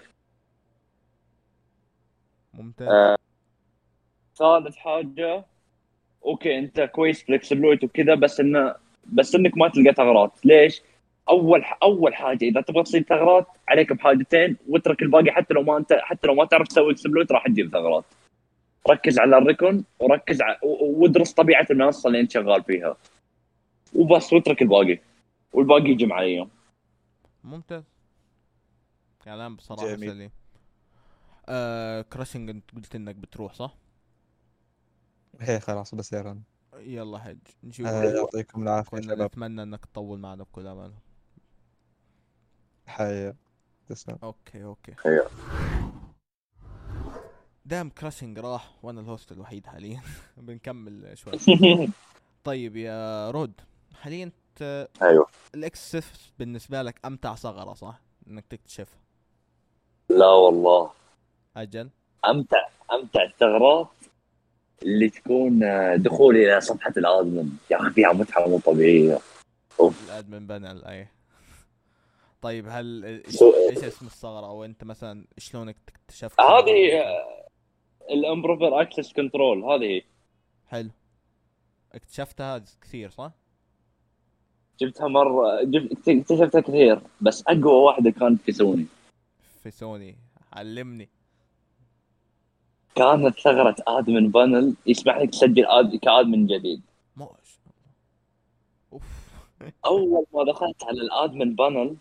ممتاز. ثالث حاجه، اوكي انت كويس في الاكسبلويت وكذا، بس انك ما تلقى ثغرات. ليش؟ اول حاجه اذا تبغى تصيد ثغرات عليك بحاجتين، واترك الباقي. حتى لو ما تعرف تسوي اكسبلويت راح تجيب ثغرات. ركز على الريكون وادرس طبيعه المنصه اللي انت شغال فيها وبس، واترك الباقي والباقي يجي مع الايام. ممتاز، كلام بصراحه جميل. سليم. كراشنج، انت قلت انك بتروح صح؟ هي خلاص بس يا رن. يلا حج نشوف. يعطيكم العافية يا كنا شباب. نتمنى انك تطول معنا بكل امانه. حيا. تسلم. اوكي. ايوه. دام كراشنج راح وانا الهوست الوحيد حاليا بنكمل شوي. طيب يا رود، حاليا انت ايوه. الاكسس بالنسبه لك امتع ثغره صح انك تكتشفها؟ لا والله، اجل. امتع الثغرات اللي تكون دخول الى صفحه الادمن، يا اخي فيها متعه مو طبيعيه. الادمن بانل اي. طيب هل ايش اسم الثغره، او انت مثلا شلونك اكتشفت ثغره هذه بالنسبة لك؟ الامبروفر اكسس كنترول هذه. حلو. اكتشفتها كثير صح؟ جبتها مره، اكتشفتها كثير، بس اقوى واحده كانت في سوني. في سوني، علمني. كانت ثغره ادمن بانل يسمح لك تسجل كادمن جديد. ما شاء الله. اوف. اول ما دخلت على الادمن بانل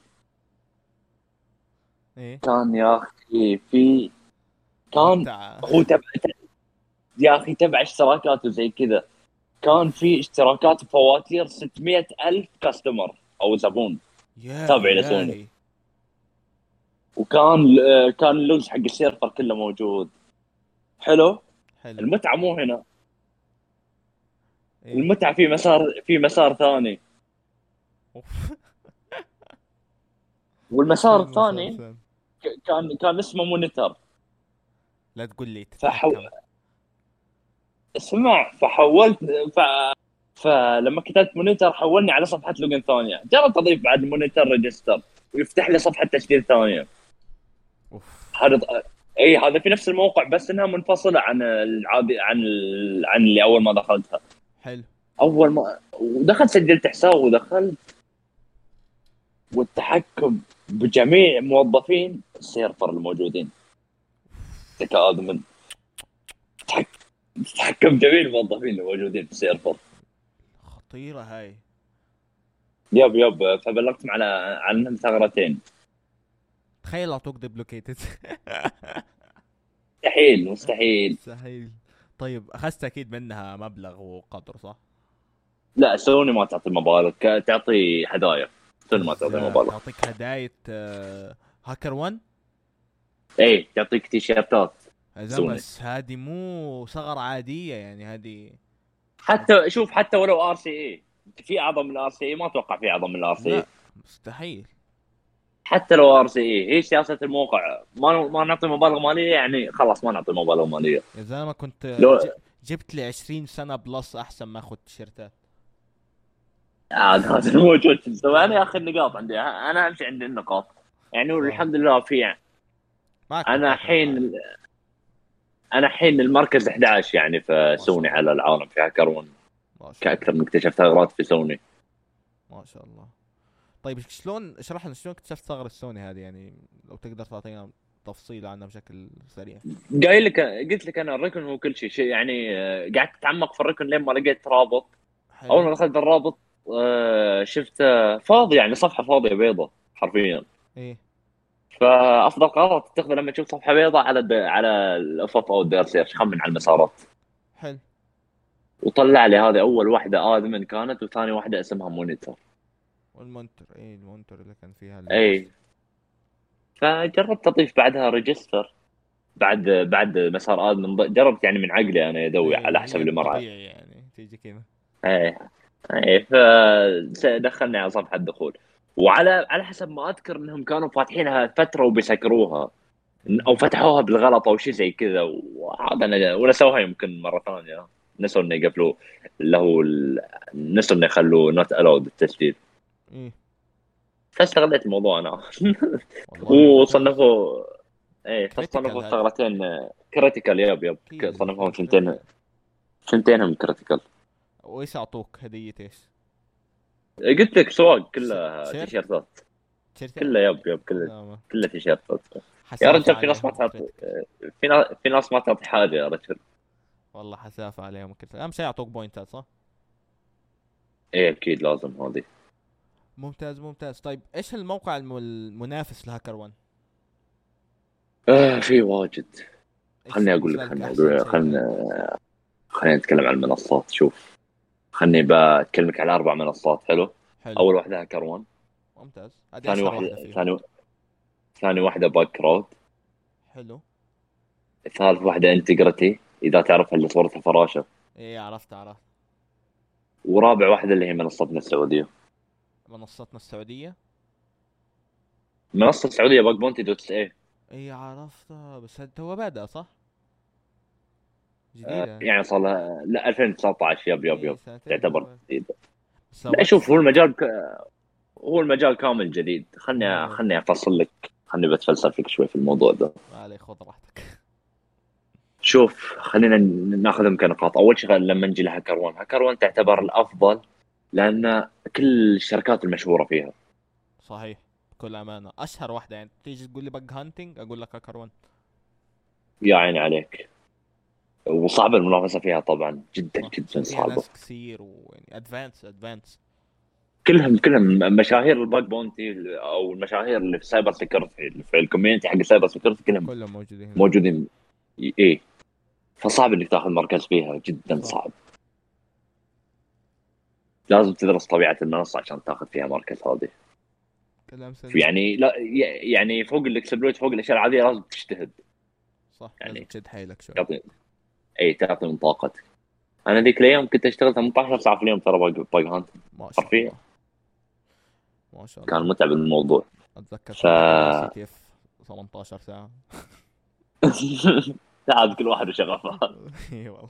ايه كان يا اخي كان متعة. هو يا اخي تبع اشتراكات وزي كذا. كان في اشتراكات وفواتير 600,000 كاستمر او زبون يا تابع لسوني. إلهي. وكان كان اللوز حق السيرفر كله موجود. حلو. حلو. المتعه مو هنا، إيه. المتعه في مسار ثاني. أوف. والمسار شو المسار الثاني الثاني؟ كان اسمه مونيتور. لا تقول لي فحو... تتحكم. اسمع، فحولت ف... فلما كتبت مونيتور حولني على صفحه لوجن ثانيه. جربت اضيف بعد مونيتور ريجستر ويفتح لي صفحه تسجيل ثانيه. اوف. هذا اي هذا في نفس الموقع بس انها منفصله عن العادي عن اللي اول ما دخلتها. حلو. اول ما ودخلت سجلت حساب ودخلت، والتحكم بجميع موظفين السيرفر الموجودين ذكاء ادمن. تحكم جميع الموظفين الموجودين في السيرفر. خطيرة هاي. يب فبلغتهم عنهم ثغرتين. تخيل اعطوك ديبلوكيتد. مستحيل. مستحيل. طيب اخذت اكيد منها مبلغ وقدر صح؟ لا سوني ما تعطي مبالغ، تعطي هدايا. سوني ما تعطي مبالغ. تعطيك هداية هاكر 1. اي تعطيك تيشيرتات سوني. بس هذه مو صغر عادية يعني، هذه حتى شوف، حتى ولو ار سي اي، في اعظم من الار سي اي؟ ما اتوقع في اعظم من الار سي اي. لا مستحيل. حتى لو ار سي اي، هي سياسه الموقع، ما نعطي مبالغ ماليه، يعني خلاص ما نعطي مبالغ ماليه. يا زلمة كنت لو جبت لي 20 سنة بلس احسن ما اخذ تيشيرتات. هذا الموجود. انا يا اخي النقاط عندي، انا امشي عند النقاط يعني. والحمد لله في يعني. معك انا نقاط عالية. الحين المركز 11 يعني في شاء سوني الله. على العالم في هاكرون، ما شاء الله. كاكثر من اكتشاف ثغرات في سوني. ما شاء الله. طيب شلون اشرح لنا شلون اكتشفت ثغرة السوني هذه يعني، لو تقدر تعطينا تفصيل عنها بشكل سريع. قايل لك، قلت لك انا الركن هو كل شيء يعني. قعدت اتعمق في الركن لين ما لقيت رابط. حلو. اول ما دخلت الرابط شفته فاضي، يعني صفحه فاضيه بيضة حرفيا. ايه. فافضل قرار تتخذه لما تشوف صفحه بيضاء على الافق او الدير سيرش، خمن على المسارات. حلو. وطلع لي هذه اول واحده ادمن كانت، وثاني واحده اسمها مونيتور. والمونتر، ايه المونتر اللي كان فيها اي فجربت اضيف بعدها ريجستر. بعد مسار ادمن جربت يعني من عقلي انا يدوي ايه على حسب هي اللي مر علي. طبيعي يعني تيجي كذا. اي فدخلني على صفحه دخول. على حسب ما اذكر انهم كانوا فاتحينها فتره وبيسكروها، او فتحوها بالغلط او شيء زي كذا. وهذا انا ونسوها يمكن مره ثانيه، نسوا انه يقفلوا، اللي هو نسوا انه يخلوا نوت الاود التسجيل. ايه فاستغليت الموضوع انا. والله ممتاز. وصنفوا ايه Critical فصنفوا هذه. ثغرتين كريتيكال. يب أكيد صنفوهم critical. ثنتينهم كريتيكال. وايش اعطوك هدية ايش؟ قلت لك سواق كلها تيشيرت؟ تيشيرتات. تيشيرت؟ كلها يب لا ما كلها تيشيرتات. يا حسافة رجل في ناس ما عليهم تعطي، critical. في ناس ما تعطي حاجه يا رجل. والله حسافة عليهم كذا، اهم شيء يعطوك بوينتات صح؟ ايه اكيد لازم هذه. ممتاز ممتاز. طيب ايش الموقع المنافس لهاكر 1؟ في واجد. ايش خلني اقول بالنسبة لك لك احسن شيء خلينا نتكلم عن المنصات. شوف، خلني بكلمك على 4 منصات. حلو. حلو. اول واحده هاكر 1. ممتاز. هذه ثاني اشهر واحده واحدة فيهم. ثاني واحده باك كراود. حلو. ثالث واحده انتجريتي، اذا تعرفها اللي صورتها فراشه. ايه عرفت. ورابع واحده اللي هي منصتنا السعوديه. منصتنا السعودية. منصه السعوديه باك بونتي دوت ايه. ايه عرفتها، بس هذا هو بادئ صح؟ جديدة. يعني صار لها لا 2019. ايه يب سنتين تعتبر توها. جديده. بس لا شوف، هو المجال كامل جديد. جامد. خلني افصل لك، خلني بتفلسف لك شوي في الموضوع ده. ما عليه، خذ راحتك. شوف، خلينا ناخذهم كنقاط. اول شيء لما نجي لهاكر 1، هاكر 1 تعتبر الافضل لان كل الشركات المشهوره فيها. صحيح. بكل امانة اشهر واحدة يعني، تيجي تقول لي بق هانتنج اقول لك هاكر 1. يا عيني عليك. وصعبه المنافسه فيها طبعا، جدا صح. جدا عشان فيها صعبه. ناس كثير ويعني ادفانس. كلهم مشاهير الباك بونتي، او المشاهير اللي في سايبر سيكيورتي، اللي في الكوميونتي حق سايبر سيكيورتي، كلهم كلهم موجودين هنا. موجودين. ايه فصعب انك تاخذ مركز فيها، جدا صح. صعب. لازم تدرس طبيعه المنصه عشان تاخذ فيها مركز هذه. كلام سليم. يعني لا يعني فوق الاكسبلويت، فوق الاشياء العاديه لازم تجتهد. صح، يعني لازم تشد حيلك شوي. تعطي من طاقتك. انا ذيك الايام كنت اشتغل 18 ساعه في اليوم ترى باج هانت. ما شاء حرفيا الله، ما شاء كان الله. متعب الموضوع. اتذكر ف كنت العب سي تي اف 18 ساعة. عاد كل واحد وشغفه. اي والله.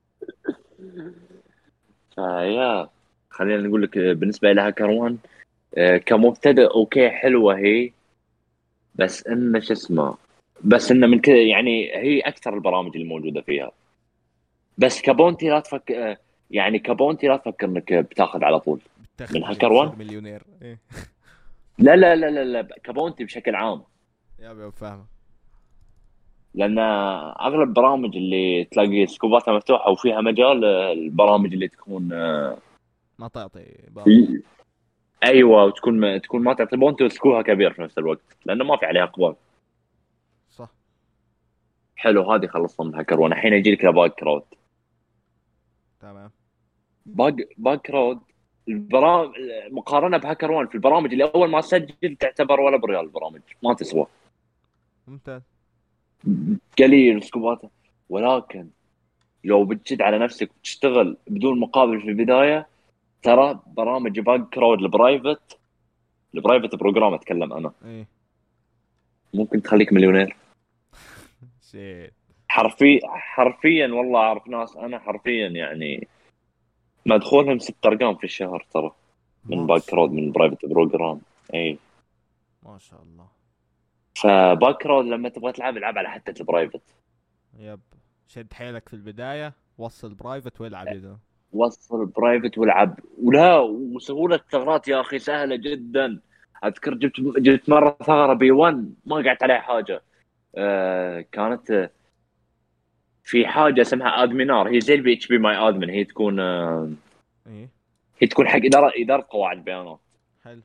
فيا خلينا نقول لك بالنسبه لها كروان كمبتدئ اوكي حلوه هي، بس انه شو اسمه، بس انه من كذا يعني هي اكثر البرامج اللي موجوده فيها. بس كبونتي لا تفكر، يعني كبونتي لا تفكر انك بتاخذ على طول من بتاخد هاكر 1. تصير مليونير. ايه لا لا لا لا لا، كبونتي بشكل عام. يا ابي فاهم. لان اغلب البرامج اللي تلاقي سكوباتها مفتوحه وفيها مجال، البرامج اللي تكون ما تعطي بونتي. ايوه، وتكون ما تعطي بونتي وسكوها كبير في نفس الوقت، لانه ما في عليها اقبال. صح. حلو، هذه خلصنا من هاكر 1. الحين يجي لك لباك كرود. تمام. باك كرود البرامج مقارنه بهاكر 1 في البرامج اللي اول ما تسجل تعتبر ولا بريال، البرامج ما تسوى، ممتاز. قليل سكوباتها. ولكن لو بتجد على نفسك وتشتغل بدون مقابل في البدايه، ترى برامج باك كرود البرايفت بروجرام اتكلم انا، ايه ممكن تخليك مليونير. شيت. حرفيا والله اعرف ناس، انا حرفيا يعني مدخولهم 6 ارقام في الشهر ترى، من ما باك شاء كرود الله، من برايفت بروجرام. اي ما شاء الله. فباك كرود لما تبغى تلعب العب على حتة البرايفت. يب، شد حيلك في البداية، وصل برايفت والعب اذا. وصل برايفت والعب، ولا وسهولة الثغرات يا اخي سهلة جدا. اذكر جبت مرة ثغرة بي 1 ما قعدت عليها حاجة. كانت في حاجة اسمها ادمينار، هي زي البي اتش بي ماي ادمن، هي تكون ايه هي تكون حق إدارة قواعد بيانات. حلو.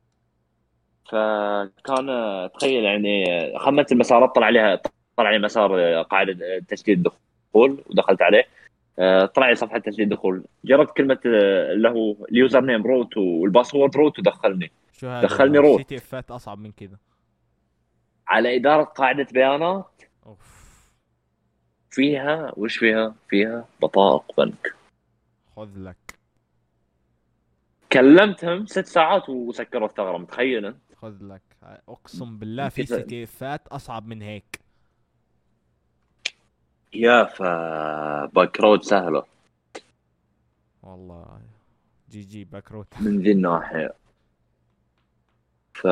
فكان تخيل يعني خمنت المسارات، طلع لي مسار قاعدة تسجيل الدخول ودخلت عليه. طلع لي صفحة تسجيل دخول، جربت كلمة اللي هو اليوزر نيم روت والباسورد روت ودخلني. شو هذا دخلني السي روت تي افات اصعب من كذا؟ على إدارة قاعدة بيانات اوف. فيها بطائق بنك. خذ لك. كلمتهم 6 ساعات وسكروا الثغرة، متخيل انت؟ خذ لك. اقسم بالله في سي تي افات اصعب من هيك. يا فباكرود سهلة والله جي جي باكروت. من ذي الناحية. ف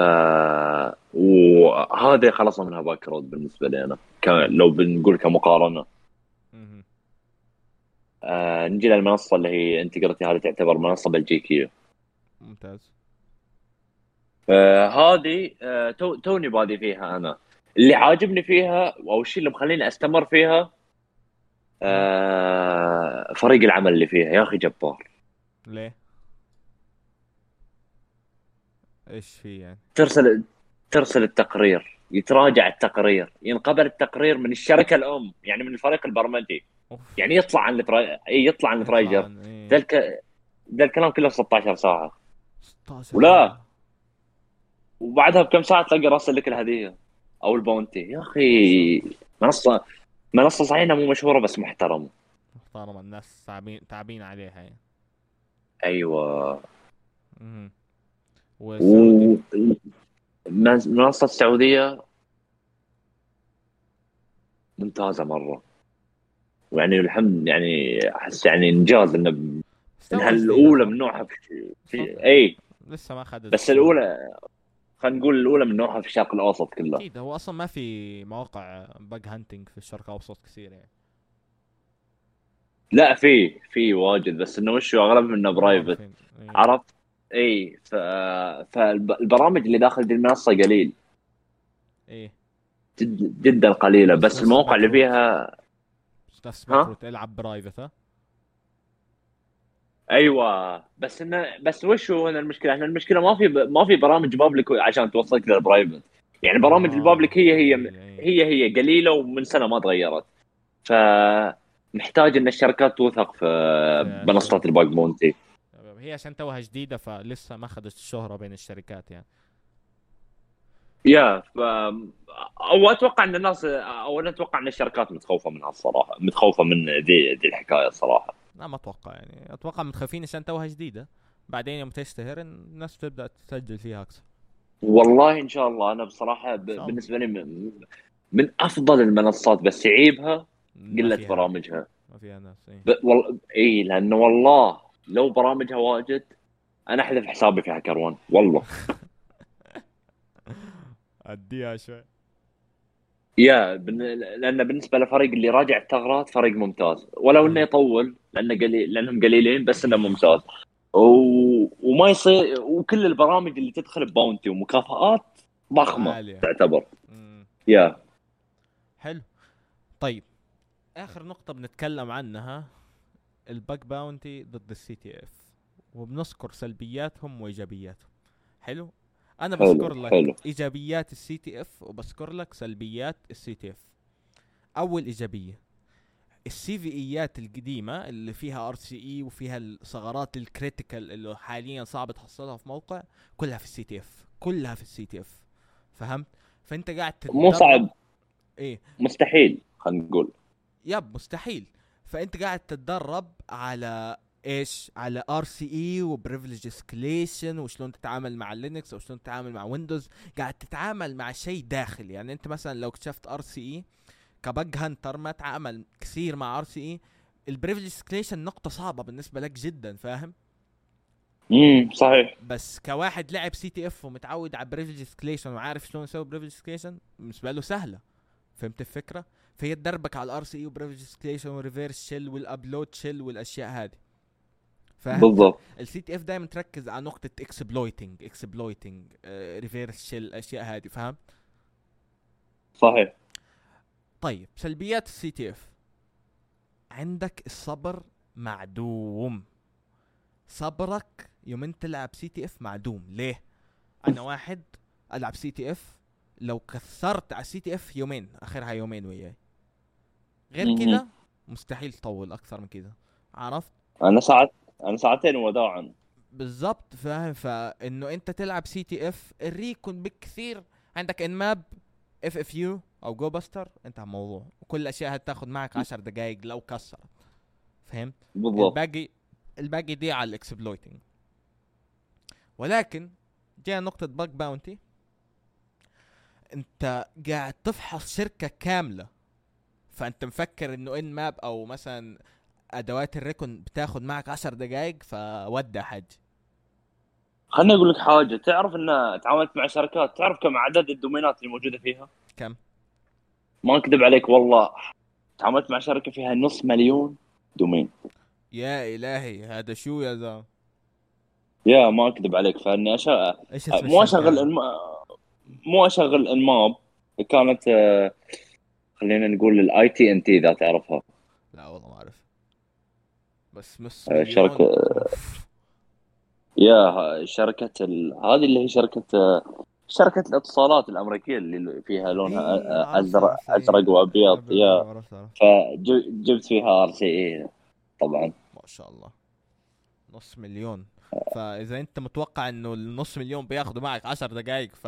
وهذا خلصنا منها باك رود بالنسبه لي انا، لو بنقول كمقارنه. مهم. نجي للمنصه اللي هي انتجرتي، هذه تعتبر منصه بلجيكيه. ممتاز. هذه توني بادي فيها انا. اللي عاجبني فيها او الشيء اللي مخليني استمر فيها فريق العمل اللي فيها يا اخي جبار. ليه؟ ايش في يعني؟ ترسل التقرير، يتراجع التقرير، ينقبل التقرير من الشركه الام، يعني من الفريق البرمجي. اوف. يعني يطلع عن يطلع الترايجر. عن ايه؟ ذا الكلام كله 16 ساعه. 16 ولا ساعة. وبعدها بكم ساعه تلاقي راسل لك الهديه او البونتي يا ما شاء الله. اخي. منصه صحيح إنها مو مشهوره بس محترمه. محترم، الناس تعبين عليها يعني. ايوه. مهم. والسعودي؟ منصه السعوديه ممتازه مره، يعني الحمد يعني احس يعني انجاز انها استوى جديدة الاولى صح؟ من نوعها صح. اي. لسه ما اخذت بس السوق. الاولى، خلينا نقول الاولى من نوعها في الشرق الاوسط كله. اكيد، هو اصلا ما في مواقع باج هانتنج في الشرق الاوسط كثير يعني. لا في واجد، بس انه وش اغلب منه برايفت. معروفين ايه. عرفت؟ اي فالبرامج اللي داخل دي المنصه قليل ايه جدا قليله، بس بس نفس المواقع اللي باكروت. فيها. نفس ها باكروت العب برايفت ها. ايوه، بس وش هو هنا المشكله؟ احنا المشكله ما في برامج بابليك عشان توصلك للبرايفت. يعني برامج البابليك قليل ايه. هي قليله ومن سنه ما تغيرت. فمحتاج ان الشركات توثق في في منصات الباك بونتي. هي هي عشان توها جديده فلسه ما اخذت الشهره بين الشركات يعني. يا او اتوقع ان الناس، او انا اتوقع ان الشركات متخوفه منها الصراحه، متخوفه من دي الحكايه الصراحه. لا ما اتوقع يعني، اتوقع متخافين عشان توها جديده، بعدين يوم تشتهر الناس تبدا تسجل فيها اكثر. والله ان شاء الله. انا بصراحه ان شاء الله. بالنسبه لي من افضل المنصات، بس عيبها ما قله فيها برامجها. ما فيها ناس ايه. اي لانه والله لو برامجها واجد انا احذف حسابي في هاكر وان والله. اديها شوي. لان بالنسبه للفريق اللي راجع الثغرات فريق ممتاز، ولو انه ايه. يطول لانه لانهم قليلين، بس انه ممتاز. وما يصير، وكل البرامج اللي تدخل بباونتي ومكافآت ضخمه عاليه. تعتبر. مم. يا حلو. طيب اخر نقطه بنتكلم عنها الباك باونتي ضد السي تي اف، وبنذكر سلبياتهم وايجابياتهم. حلو. انا بذكر حلو لك حلو. ايجابيات السي تي اف وبذكر لك سلبيات السي تي اف. اول ايجابيه، السي في ايات القديمه اللي فيها ار سي اي وفيها الثغرات الكريتيكال اللي حاليا صعب تحصلها في موقع، كلها في السي تي اف، كلها في السي تي اف. فهمت؟ فانت قاعد مو تتدرب. صعب، ايه. مستحيل خلينا نقول. يب مستحيل. فانت قاعد تتدرب على ايش؟ على ار سي اي وبريفليج اسكليشن، وشلون تتعامل مع لينكس او شلون تتعامل مع ويندوز. قاعد تتعامل مع شيء داخلي. يعني انت مثلا لو اكتشفت ار سي اي كبج هانتر ما تعامل كثير مع ار سي اي، البريفليج اسكليشن نقطة صعبة بالنسبة لك جدا، فاهم؟ صحيح. بس كواحد لعب سي تي اف ومتعود على بريفليج اسكليشن وعارف شلون يسوي بريفليج اسكليشن، بالنسبة له سهلة. فهمت الفكرة؟ فهي تدربك على الار سي اي وبريفليج اسكليشن وريفيرس شيل والابلود شيل والاشياء هذه. فاهم؟ بالضبط. السي تي اف دائما تركز على نقطة اكسبلويتنج ريفيرس شيل الاشياء هذه. فاهم؟ صحيح. طيب سلبيات السي تي اف، عندك الصبر معدوم. صبرك يوم انت تلعب سي تي اف معدوم. ليه؟ انا واحد العب سي تي اف، لو كثرت على سي تي اف يومين، اخرها يومين وياي. غير كذا مستحيل تطول اكثر من كذا. عرفت؟ انا ساعتين وداعا. بالضبط. فاهم؟ فانه انت تلعب سي تي اف الريكون بكثير عندك انماب اف اف يو او جو باستر، انتهى الموضوع، وكل الاشياء هتاخد معك 10 دقائق لو كسرت. فهمت؟ بالضبط. الباقي دي على الاكسبلويتنج. ولكن جاء نقطة باك باونتي، انت قاعد تفحص شركة كاملة، فانت مفكر انه ان ماب او مثلا ادوات الريكون بتاخد معك 10 دقائق فودع حج. خليني اقول لك حاجه، تعرف ان تعاملت مع شركات، تعرف كم عدد الدومينات اللي موجوده فيها؟ كم؟ ما اكذب عليك والله، تعاملت مع شركه فيها 500,000 دومين. يا الهي هذا شو يا زلمة؟ يا ما اكذب عليك. فاني ايش اسم مو الشركة اشغل هذه؟ مو اشغل انماب. كانت خلينا نقول الاي تي ان تي، اذا تعرفها. لا والله ما اعرف، بس نص مليون شركه. أوف. يا هذه اللي هي شركه الاتصالات الامريكيه اللي فيها لونها ايه عرفت ازرق عرفت ازرق ايه. وابيض. يا عرفت. فجبت فيها ار سي اي طبعا. ما شاء الله، نص مليون. فاذا انت متوقع انه النص مليون بياخدوا معك 10 دقائق ف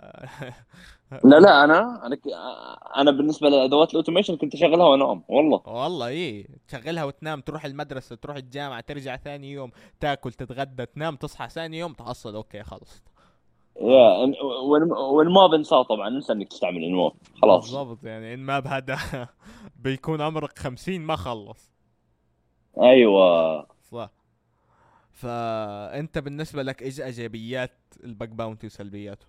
لا انا بالنسبه لادوات الاوتوميشن كنت اشغلها وانام والله. والله ايه، تشغلها وتنام، تروح المدرسة، تروح الجامعة، ترجع ثاني يوم، تاكل، تتغدى، تنام، تصحى ثاني يوم تحصل اوكي خلص. عرفت؟ يا وين ما بنساه طبعا، انسى انك تستعمل انمو خلاص. بالضبط. يعني ان ما بهذا بيكون عمرك 50 ما خلص. ايوه. صح. فانت بالنسبة لك ايش ايجابيات الباك باونتي وسلبياته؟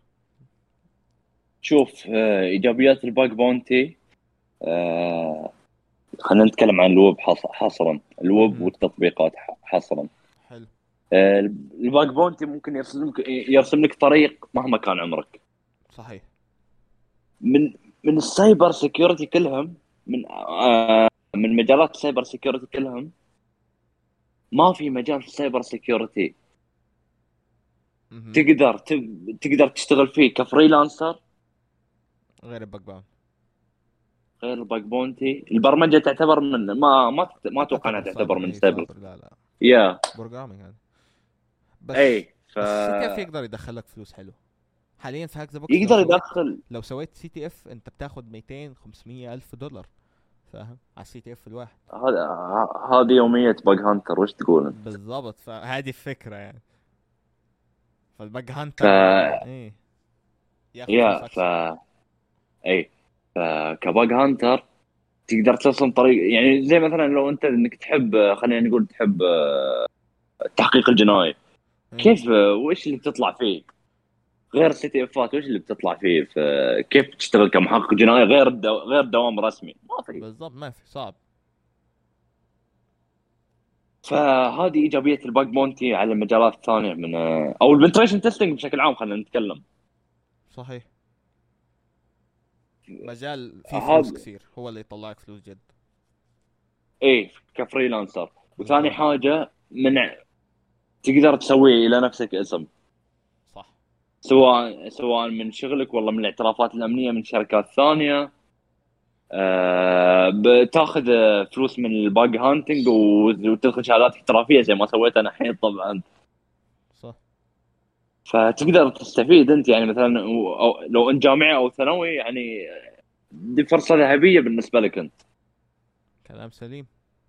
شوف، ايجابيات الباك بونتي، آه، خلينا نتكلم عن الويب حصرا، الويب مهم. والتطبيقات حصرا. حلو. الباك بونتي ممكن يرسم لك طريق مهما كان عمرك. صحيح. من السايبر سيكيورتي كلهم، من مجالات السايبر سيكيورتي كلهم، ما في مجال في السايبر سيكيورتي مهم. تقدر تشتغل فيه كفريلانسر غير الباك باونتي. غير الباك بونتي. البرمجه تعتبر من ما اتوقع انها تعتبر تعتبر سايبر، من ايه سايبر. سايبر، لا يا بروجرامينج هذا. بس اي السي تي اف يقدر يدخل لك فلوس حلو حاليا في هاك ذا بوكس. يقدر يدخل. لو سويت سي تي اف انت بتاخد 200 500 الف دولار، فاهم، على السي تي اف الواحد. هذه يومية باج هانتر، وش تقول انت؟ بالضبط، فهذه الفكره يعني. فالباج ف هانتر ايه ياخد فلوس يا اكثر. اي كباج هانتر تقدر ترسم طريق، يعني زي مثلا لو انت انك تحب، خلينا نقول تحب التحقيق الجنائي، ايه كيف وش اللي بتطلع فيه غير السي تي افات؟ وش اللي بتطلع فيه؟ كيف تشتغل كمحقق جنائي غير دوام رسمي؟ ما في. بالضبط، ما في، صعب. فهذه ايجابيه الباج بونتي على المجالات الثانيه من او البنتريشن تيستنج بشكل عام، خلينا نتكلم. صحيح، مجال فيه فلوس هذا كثير، هو اللي يطلع لك فلوس جد. ايه كفريلانسر. وثاني بالضبط، حاجه تقدر تسوي الى نفسك اسم، صح. سواء من شغلك والله من الاعترافات الامنيه من شركات ثانيه. بتاخذ فلوس من الباج هانتنج وتدخل شهادات احترافيه زي ما سويت انا الحين طبعا. صح، فتقدر تستفيد انت، يعني مثلا لو انت جامعي او ثانوي، يعني دي فرصه ذهبيه بالنسبه لك انت. كلام سليم.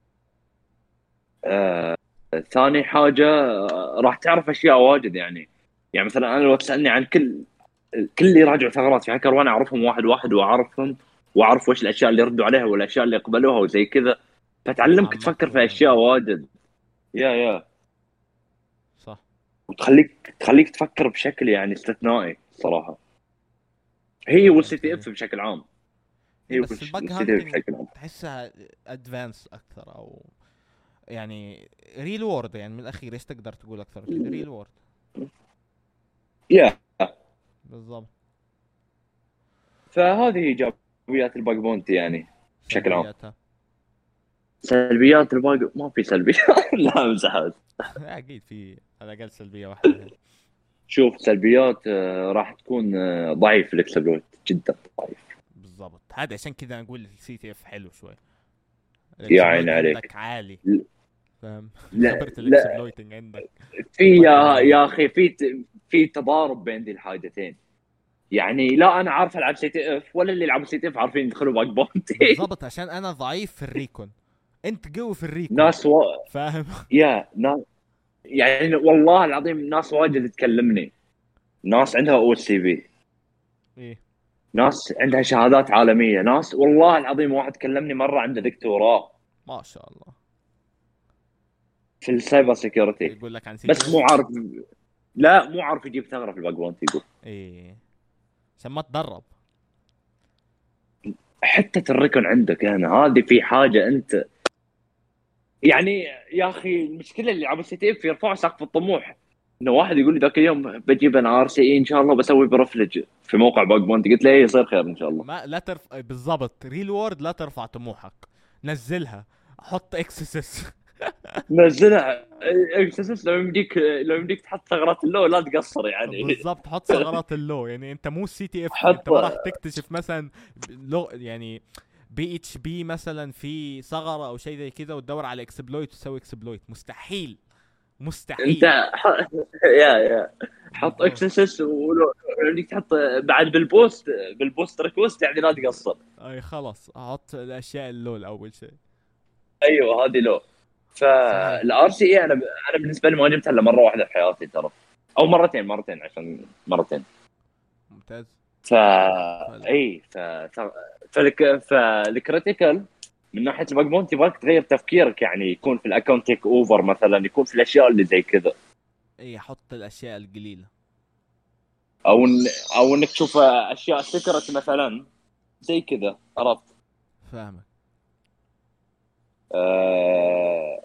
آه، ثاني حاجه راح تعرف اشياء واجد، يعني مثلا انا لو تسالني عن كل اللي يراجعوا ثغرات في هاكر وانا اعرفهم واحد واحد، واعرفهم واعرف وش الاشياء اللي يردوا عليها والاشياء اللي يقبلوها وزي كذا. فتعلمك تتعمق تفكر في اشياء واجد. يا صح. تخليك تفكر بشكل يعني استثنائي صراحه. هي كلام والسي تي سليم. اف بشكل عام. إيه، هي بس الباج والسي تي اف هانتنج بشكل عام. تحسها ادفانس اكثر، او يعني ريل وورد، يعني من الاخير ايش تقدر تقول اكثر من كذا؟ ريل وورد. يا بالضبط. فهذه ايجابيات الباج بونتي يعني بشكل عام. سلبياتها سلبيات الباج ما في سلبيات. لا امزح بس. اكيد في على الاقل سلبيه واحده يعني. شوف سلبيات راح تكون ضعيف الاكسبلويت، جدا ضعيف. بالضبط، هذا عشان كذا نقول السي تي اف حلو شوي. يا عين الاكسبلويت عليك. عندك عالي، فاهم. لا خبره لا، الاكسبلويتنج عندك في مره عاليه. يا اخي في تضارب بين ذي الحاجتين. يعني لا انا عارف العب سي تي اف، ولا اللي يلعبوا سي تي اف عارفين يدخلوا باك بونتي. بالضبط، عشان انا ضعيف في الريكون، انت قوي في الريكون، ناس فاهم. يا ناس، يعني والله العظيم ناس واجد تكلمني، ناس عندها او سي في، ايه، ناس عندها شهادات عالميه، ناس والله العظيم واحد كلمني مره عنده دكتوراه ما شاء الله. في السايبر سيكيورتي، يقول لك عن سي تي بس اف. مو عارف. لا مو عارف يجيب ثغره في الباك بونتي. يقول ايه، عشان ما تدرب. حته الركن عندك هنا، هذه في حاجه انت، يعني يا اخي المشكله اللي على السي تي اف يرفعوا سقف الطموح. انه واحد يقول لي ذاك اليوم بجيب انا ار سي اي ان شاء الله، بسوي برفلج في موقع باك بونتي. قلت له إيه، يصير خير ان شاء الله. ما لا ترفع بالضبط، ريل وورد لا ترفع طموحك، نزلها، حط اكسسس. نزلها اكسس، لو يمديك تحط ثغرات اللو لا تقصر يعني. بالضبط، حط ثغرات اللو، يعني انت مو سي تي اف، حط انت ما راح تكتشف مثلا لو يعني بي اتش بي مثلا في ثغره او شيء زي كذا وتدور على اكسبلويت وتسوي اكسبلويت، مستحيل، انت مستحيل. يا حط بالضبط، اكسس، ولو يمديك تحط بعد بالبوست ريكوست، يعني لا تقصر. اي خلاص، احط الاشياء اللول اول شيء. ايوه هذه لو. صحيح، فالار سي اي انا بالنسبه لي ما جبتها الا مره واحده في حياتي ترى، او مرتين عشان مرتين. ممتاز. ف فل... اي فالكريتيكال من ناحيه الباك بونت يبغاك تغير تفكيرك، يعني يكون في الاكونت تيك اوفر مثلا، يكون في الاشياء اللي زي كذا، اي، حط الاشياء القليله. او او انك تشوف اشياء سكرت مثلا زي كذا، عرفت؟ فاهمك. آه...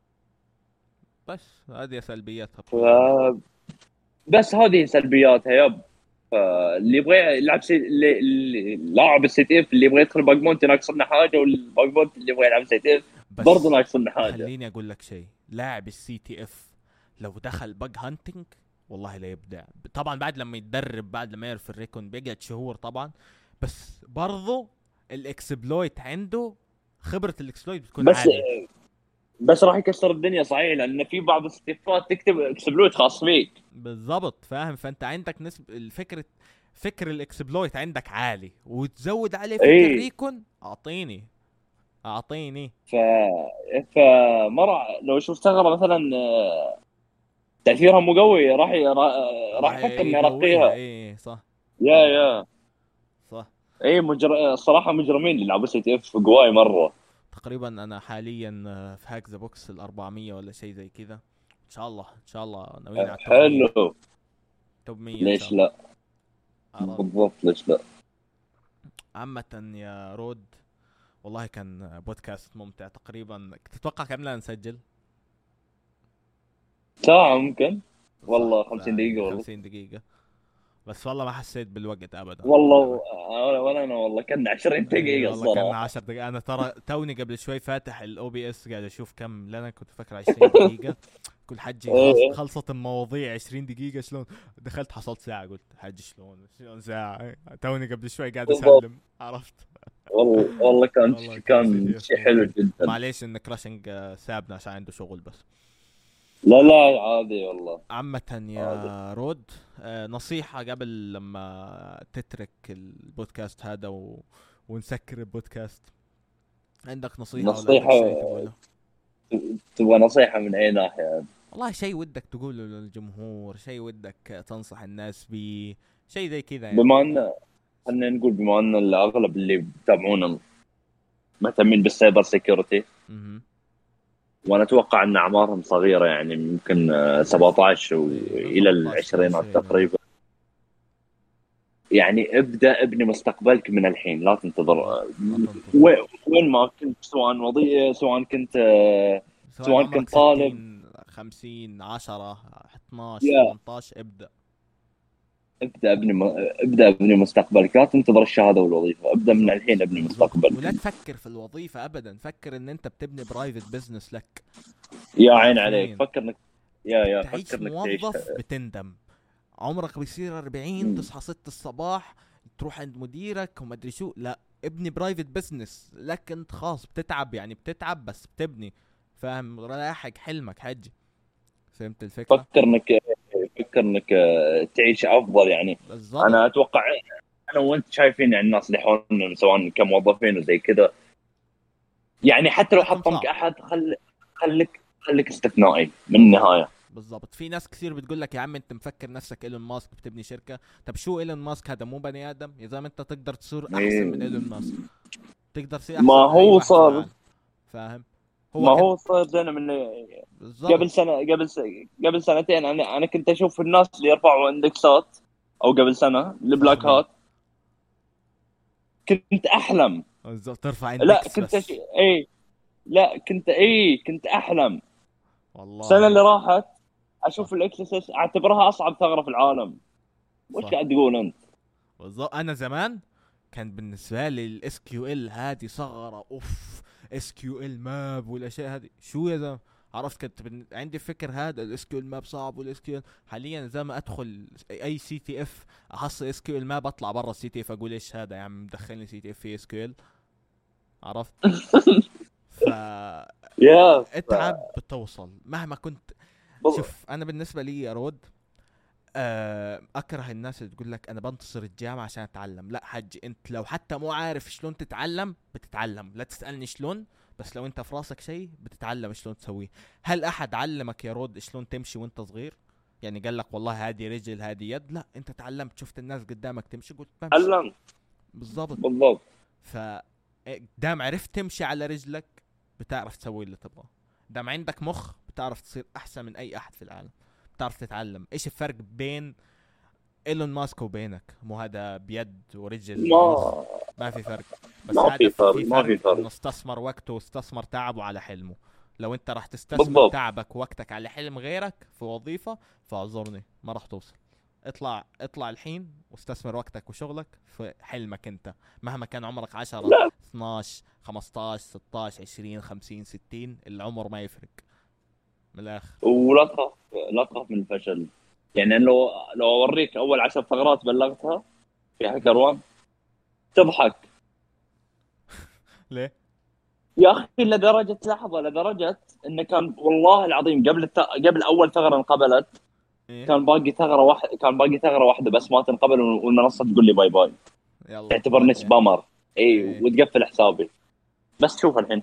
بس هذه سلبياتها ف... بكل عام. بس هذه سلبياتها يب. اللي يبغى يلعب اللي لاعب السي تي اف اللي يبغى يدخل باك مونت ناقصنا حاجه، والباك مونت اللي يبغى يلعب سي تي اف برضه بس ناقصنا حاجه. خليني اقول لك شيء، لاعب السي تي اف لو دخل باج هانتنج والله لا يبدع. طبعا بعد لما يتدرب، بعد لما يعرف الريكون بيقعد شهور طبعا، بس برضه الاكسبلويت عنده، خبرة الاكسبلويت بتكون بس عالية. بس راح يكسر الدنيا صحيح، لان في بعض الستيفات تكتب اكسبلويت خاص فيك. بالضبط فاهم. فانت عندك فكر الاكسبلويت عندك عالي، وتزود عليه فكر اي ريكون. اعطيني. ف فمرة لو شوف ثغرة مثلا تأثيرها مو قوي، راح راح يفكر انه يقويها. يرقيها. ايه صح. يا صح. اي الصراحة مجرمين اللي لعبوا سي تي اف قواي مرة. تقريبا انا حاليا في هاك ذا بوكس ال 400 ولا شيء زي كذا. ان شاء الله ناويين على التوب 100. حلو. توب 100 ان شاء ليش الله. لا؟ عرفت. بالضبط ليش لا. عامة يا رود، والله كان بودكاست ممتع. تقريبا تتوقع كم لنا نسجل؟ ساعة ممكن. صح، والله 50 دقيقة والله. 50 دقيقة. بس والله ما حسيت بالوقت ابدا والله للامانه. ولا انا والله كان 20 اي دقيقة والله كان الصراحة. 10 دقائق. انا ترى توني قبل شوي فاتح الاو بي اس قاعد اشوف كم لنا، كنت فاكر 20 دقيقة. كل حجي إيه. خلصت المواضيع 20 دقيقة شلون. دخلت حصلت ساعة، قلت حجي شلون ساعة. توني قبل شوي قاعد بالضبط. اسلم، عرفت. والله كان والله كان سي كان تي اف شيء حلو ممتع. جدا. معليش ان كراشنج سابنا عشان عنده شغل بس. لا لا عادي والله. عامة عادي. يا رود، نصيحة قبل لما تترك البودكاست هذا ونسكر البودكاست. عندك نصيحة ولا عندك نصيحة. شيء تقوله؟ تبغى نصيحة من أي ناحية؟ والله شيء ودك تقوله للجمهور، شيء ودك تنصح الناس بيه، شيء زي كذا يعني. بما أن خلينا نقول بما أن الأغلب اللي بيتابعونا مهتمين بالسايبر سيكيورتي، اها. وأنا أتوقع أن أعمارهم صغيرة، يعني ممكن 17 ايه من وإلى 17 ل العشرينات 20 ايه. تقريبا. يعني ابدأ ابني مستقبلك من الحين، لا تنتظر. بالضبط، لا تنتظر. وين ما كنت، سواء وظيفة، سواء كنت سواء سواء عمرك كنت طالب. 60 50 10 12 يا 18 ابدأ. ابدا ابني مستقبلك، لا تنتظر الشهاده والوظيفه، ابدا من بالضبط، الحين ابني بالضبط. مستقبلك. ولا تفكر في الوظيفة ابدا، فكر ان انت بتبني برايفت بزنس لك. يا عين عليك، عارفين. فكر انك يا تعيش فكر انك تعيش. موظف بتندم. عمرك بيصير 40 مم. تصحى 6 الصباح تروح عند مديرك وما ادري شو. لا، ابني برايفت بزنس لك انت خاص. بتتعب يعني بتتعب بس بتبني. فاهم؟ رايحك حلمك حجي. فهمت الفكرة؟ فكر انك تعيش افضل يعني. بالضبط. انا اتوقع انا وانت شايفين يعني الناس اللي حولنا سواء كموظفين وزي كذا، يعني حتى لو حياتهم حطمك صعب. احد خليك استثنائي من النهايه. بالضبط. في ناس كثير بتقول لك يا عم انت مفكر نفسك ايلون ماسك بتبني شركة. طب شو ايلون ماسك هذا؟ مو بني ادم؟ يا زلمة انت تقدر تصير احسن إيه. من ايلون ماسك. تقدر تصير ما احسن من اي هو واحد في صار العالم. فاهم؟ ما هو كان. هو صار زينا من بالضبط. قبل سنتين انا كنت اشوف الناس اللي يرفعوا اندكسات، او قبل سنه البلاك فخمين. هات، كنت احلم. بالضبط، ترفع لا اندكس كنت بس. اي لا كنت احلم. السنه اللي والله. راحت صح. اشوف الاكسسس اعتبرها اصعب ثغره في العالم. وش صح. قاعد تقول انت؟ بالضبط. انا زمان كان بالنسبه لي الاس كيو ال هذه ثغره. اوف. اس كيو ال ماب والاشياء هذه شو يا زلمه. عرفت؟ كنت عندي فكر هذا الاس كيو ال ماب صعب والاس كيو ال. حاليا زي ما ادخل اي سي تي اف احصل اس كيو ال ماب، اطلع برا السي تي اف اقول ايش هذا يا عم مدخلني سي تي اف في اس كيو ال. عرفت؟ ف يا اتعب بتوصل مهما كنت. بض- شوف انا بالنسبه لي يا رود، اكره الناس اللي تقول لك انا بنتصر الجامعه عشان اتعلم. لا حجي، انت لو حتى مو عارف شلون تتعلم بتتعلم. لا تسالني شلون، بس لو انت في راسك شيء بتتعلم شلون تسويه. هل احد علمك يا رود شلون تمشي وانت صغير؟ يعني قال لك والله هذه رجل هذه يد؟ لا، انت تعلمت، شفت الناس قدامك تمشي قلت بمشي. علم. بالضبط. بالضبط. ف دام عرفت تمشي على رجلك بتعرف تسوي اللي تبغاه. دام عندك مخ بتعرف تصير احسن من اي احد في العالم. بتعرف تتعلم. ايش الفرق بين ايلون ماسك وبينك؟ مو هذا بيد ورجل ونص؟ ما ما في فرق. بس ما هذا في فرق، في ما في فرق فرق. انه استثمر وقته واستثمر تعبه على حلمه. لو انت راح تستثمر بالضبط. تعبك ووقتك على حلم غيرك في وظيفة، فاعذرني ما راح توصل. اطلع الحين واستثمر وقتك وشغلك في حلمك انت. مهما كان عمرك 10 لا 12 15 16 20 50 60، العمر ما يفرق. من الاخر. لا تخاف من الفشل. يعني أنا لو اوريك اول 10 ثغرات بلغتها في هاكر وان تضحك. ليه؟ يا اخي لدرجه، لحظه، لدرجه انه كان والله العظيم قبل اول ثغره انقبلت، إيه؟ كان باقي ثغره واحده بس ما تنقبل، والمنصه تقول لي باي باي، يلا تعتبرني ودع. سبامر. اي، إيه. وتقفل حسابي. بس شوف الحين.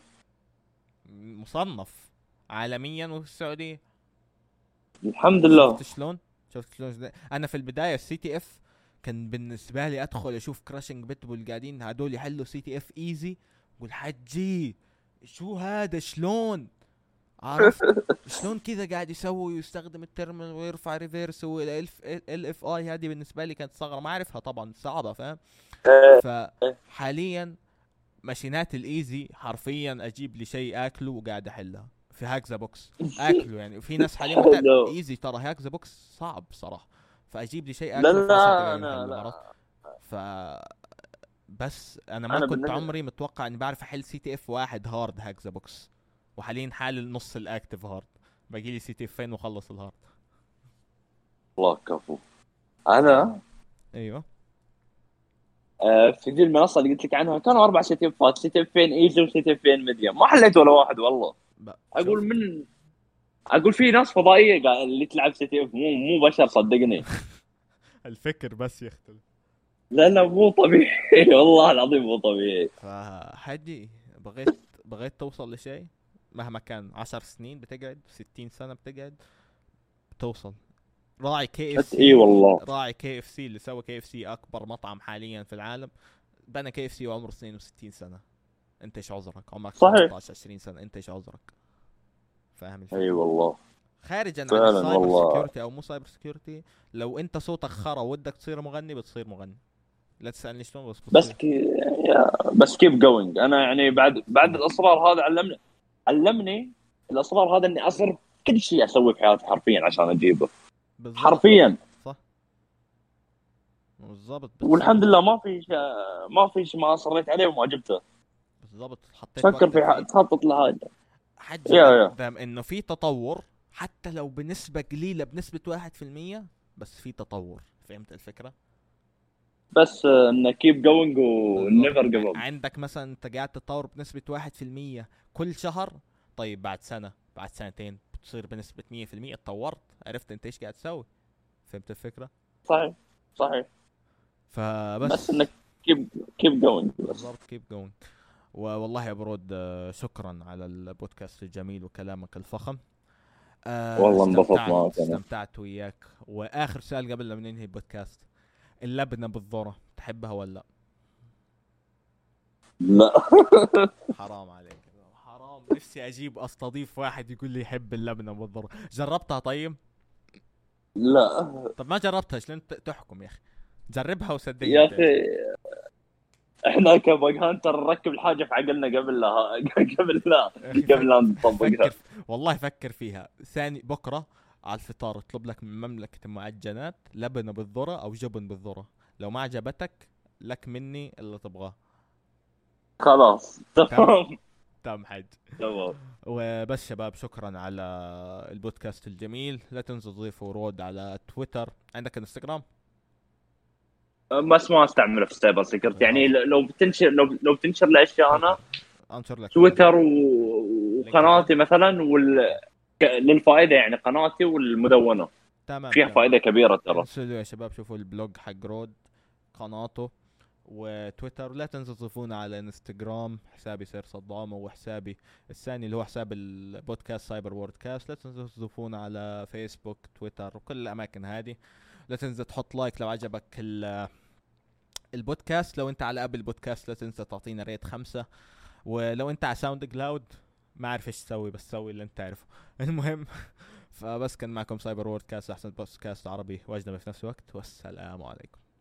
مصنف عالميا وفي السعوديه. الحمد لله. شفت شلون انا في البدايه السي تي اف كان بالنسبه لي ادخل اشوف كراشنج بيتبول قاعدين هدول يحلوا سي تي اف ايزي، اقول حجي شو هذا، شلون عرفت شلون كذا قاعد يسوي ويستخدم التيرمينال ويرفع ريفيرس ال اف اي. هذه بالنسبه لي كانت ثغره ما اعرفها طبعا، صعبه فاهم. فحاليا ماشينات الايزي حرفيا اجيب لي شيء اكله وقاعد احلها في هاكزا بوكس اكله يعني. وفي ناس حاليا ما تعرف لا ايزي، ترى هاكزا بوكس صعب صراحه، فاجيب لي شيء لا اكله في 10 لا، دقائق انا محله عرفت. لا ف بس انا ما انا كنت بالنسبه، عمري متوقع اني بعرف احل سي تي اف واحد هارد هاكزا بوكس، وحاليا حال نص الاكتف هارد، باقي لي سي تي اف فين واخلص الهارد. الله كفو. ف... انا ايوه في ذي المنصه اللي قلت لك عنها كانوا 4 سي تي افين ايزي وسي تي افين ميديوم، ما حليت ولا واحد والله. اقول شفت. من اقول في ناس فضائيه قاعد اللي تلعب سي تي اف، مو بشر صدقني. الفكر بس يختلف. لا لا، مو طبيعي والله العظيم مو طبيعي. فحجي بغيت توصل لشيء مهما كان 10 سنين بتقعد، 60 سنة بتقعد توصل. راعي كي اف اي سي، والله. راعي كي اف سي اللي سوى كي اف سي اكبر مطعم حاليا في العالم، بنى كي اف سي وعمره 62 سنة. انت ايش عذرك عمرك صحيح. 18 20 سنة، انت ايش عذرك؟ فاهم اي الفكرة. والله. خارجا عن فعلا السايبر والله. سيكيورتي او مو سايبر سيكيورتي، لو انت صوتك خرا ودك تصير مغني بتصير مغني، لا تسألني شلون بس بس بتصير. بس كيب جوينج. انا يعني بعد الاصرار هذا علمني الاصرار هذا اني اصرف كل شيء اسوي في حياتي حرفيا عشان اجيبه. بالضبط. حرفيا. صح بالضبط بتصير. والحمد لله ما في شيء ما اصريت عليه وما جبته. بالضبط حطيت تفكر وقتك فيه. تخطط لهذا. حجي يا مادام انه في تطور حتى لو بنسبة قليلة، بنسبة 1%، بس في تطور. فهمت الفكرة؟ بس انه كيب جوينج بالضبط. ونيفر جيف اب. عندك مثلا انت قاعد تتطور بنسبة 1% كل شهر، طيب بعد سنة بعد سنتين بتصير بنسبة 100%. تطورت، عرفت انت ايش قاعد تسوي. فهمت الفكرة؟ صحيح صحيح. بس فبس انك كيب جوينج بس. بالضبط كيب جوينج. والله يا برود شكرا على البودكاست الجميل وكلامك الفخم. والله انبسطت معك انا. استمتعت وياك. واخر سؤال قبل لا ننهي البودكاست، اللبنه بالذره تحبها ولا لا؟ لا. حرام عليك، حرام. نفسي اجيب استضيف واحد يقول لي يحب اللبنه بالذره. جربتها طيب؟ لا طب ما جربتها شلون تحكم يا اخي؟ جربها وصدقني يا اخي، تعجبك. احنا كباج هانتر نركب الحاجه في عقلنا قبل لا قبل لا يا اخي قبل لا نطبقها. والله فكر فيها ثاني. بكره على الفطار اطلب لك من مملكه المعجنات لبنه بالذره او جبن بالذره، لو ما عجبتك لك مني اللي تبغاه. خلاص تم تمام. تم حج. تمام. وبس شباب، شكرا على البودكاست الجميل. لا تنسوا تضيفوا رود على تويتر. عندك انستغرام؟ بس ما استعمله في السايبر سيكرت يعني. خلاص لو بتنشر لي اشياء انا تويتر انشر لك تويتر لينكدين. وقناتي مثلا للفائده يعني، قناتي والمدونه تمام فيها تمام. فائده كبيره ترى. انزلوا يا شباب شوفوا البلوج حق رود، قناته وتويتر. لا تنسوا تضيفونا على انستغرام، حسابي سير صدام، وحسابي الثاني اللي هو حساب البودكاست سايبر ووردكاست. لا تنسوا تضيفونا على فيسبوك تويتر وكل الاماكن هذه. لا تنسى تحط لايك لو عجبك البودكاست. لو انت على ابل بودكاست لا تنسى تعطينا ريت 5. ولو انت على ساوند كلاود ما اعرف ايش تسوي، بس سوي اللي انت تعرفه. المهم فبس كان معكم سايبر ووردكاست، احسن بودكاست عربي واجنبي في نفس الوقت، والسلام عليكم.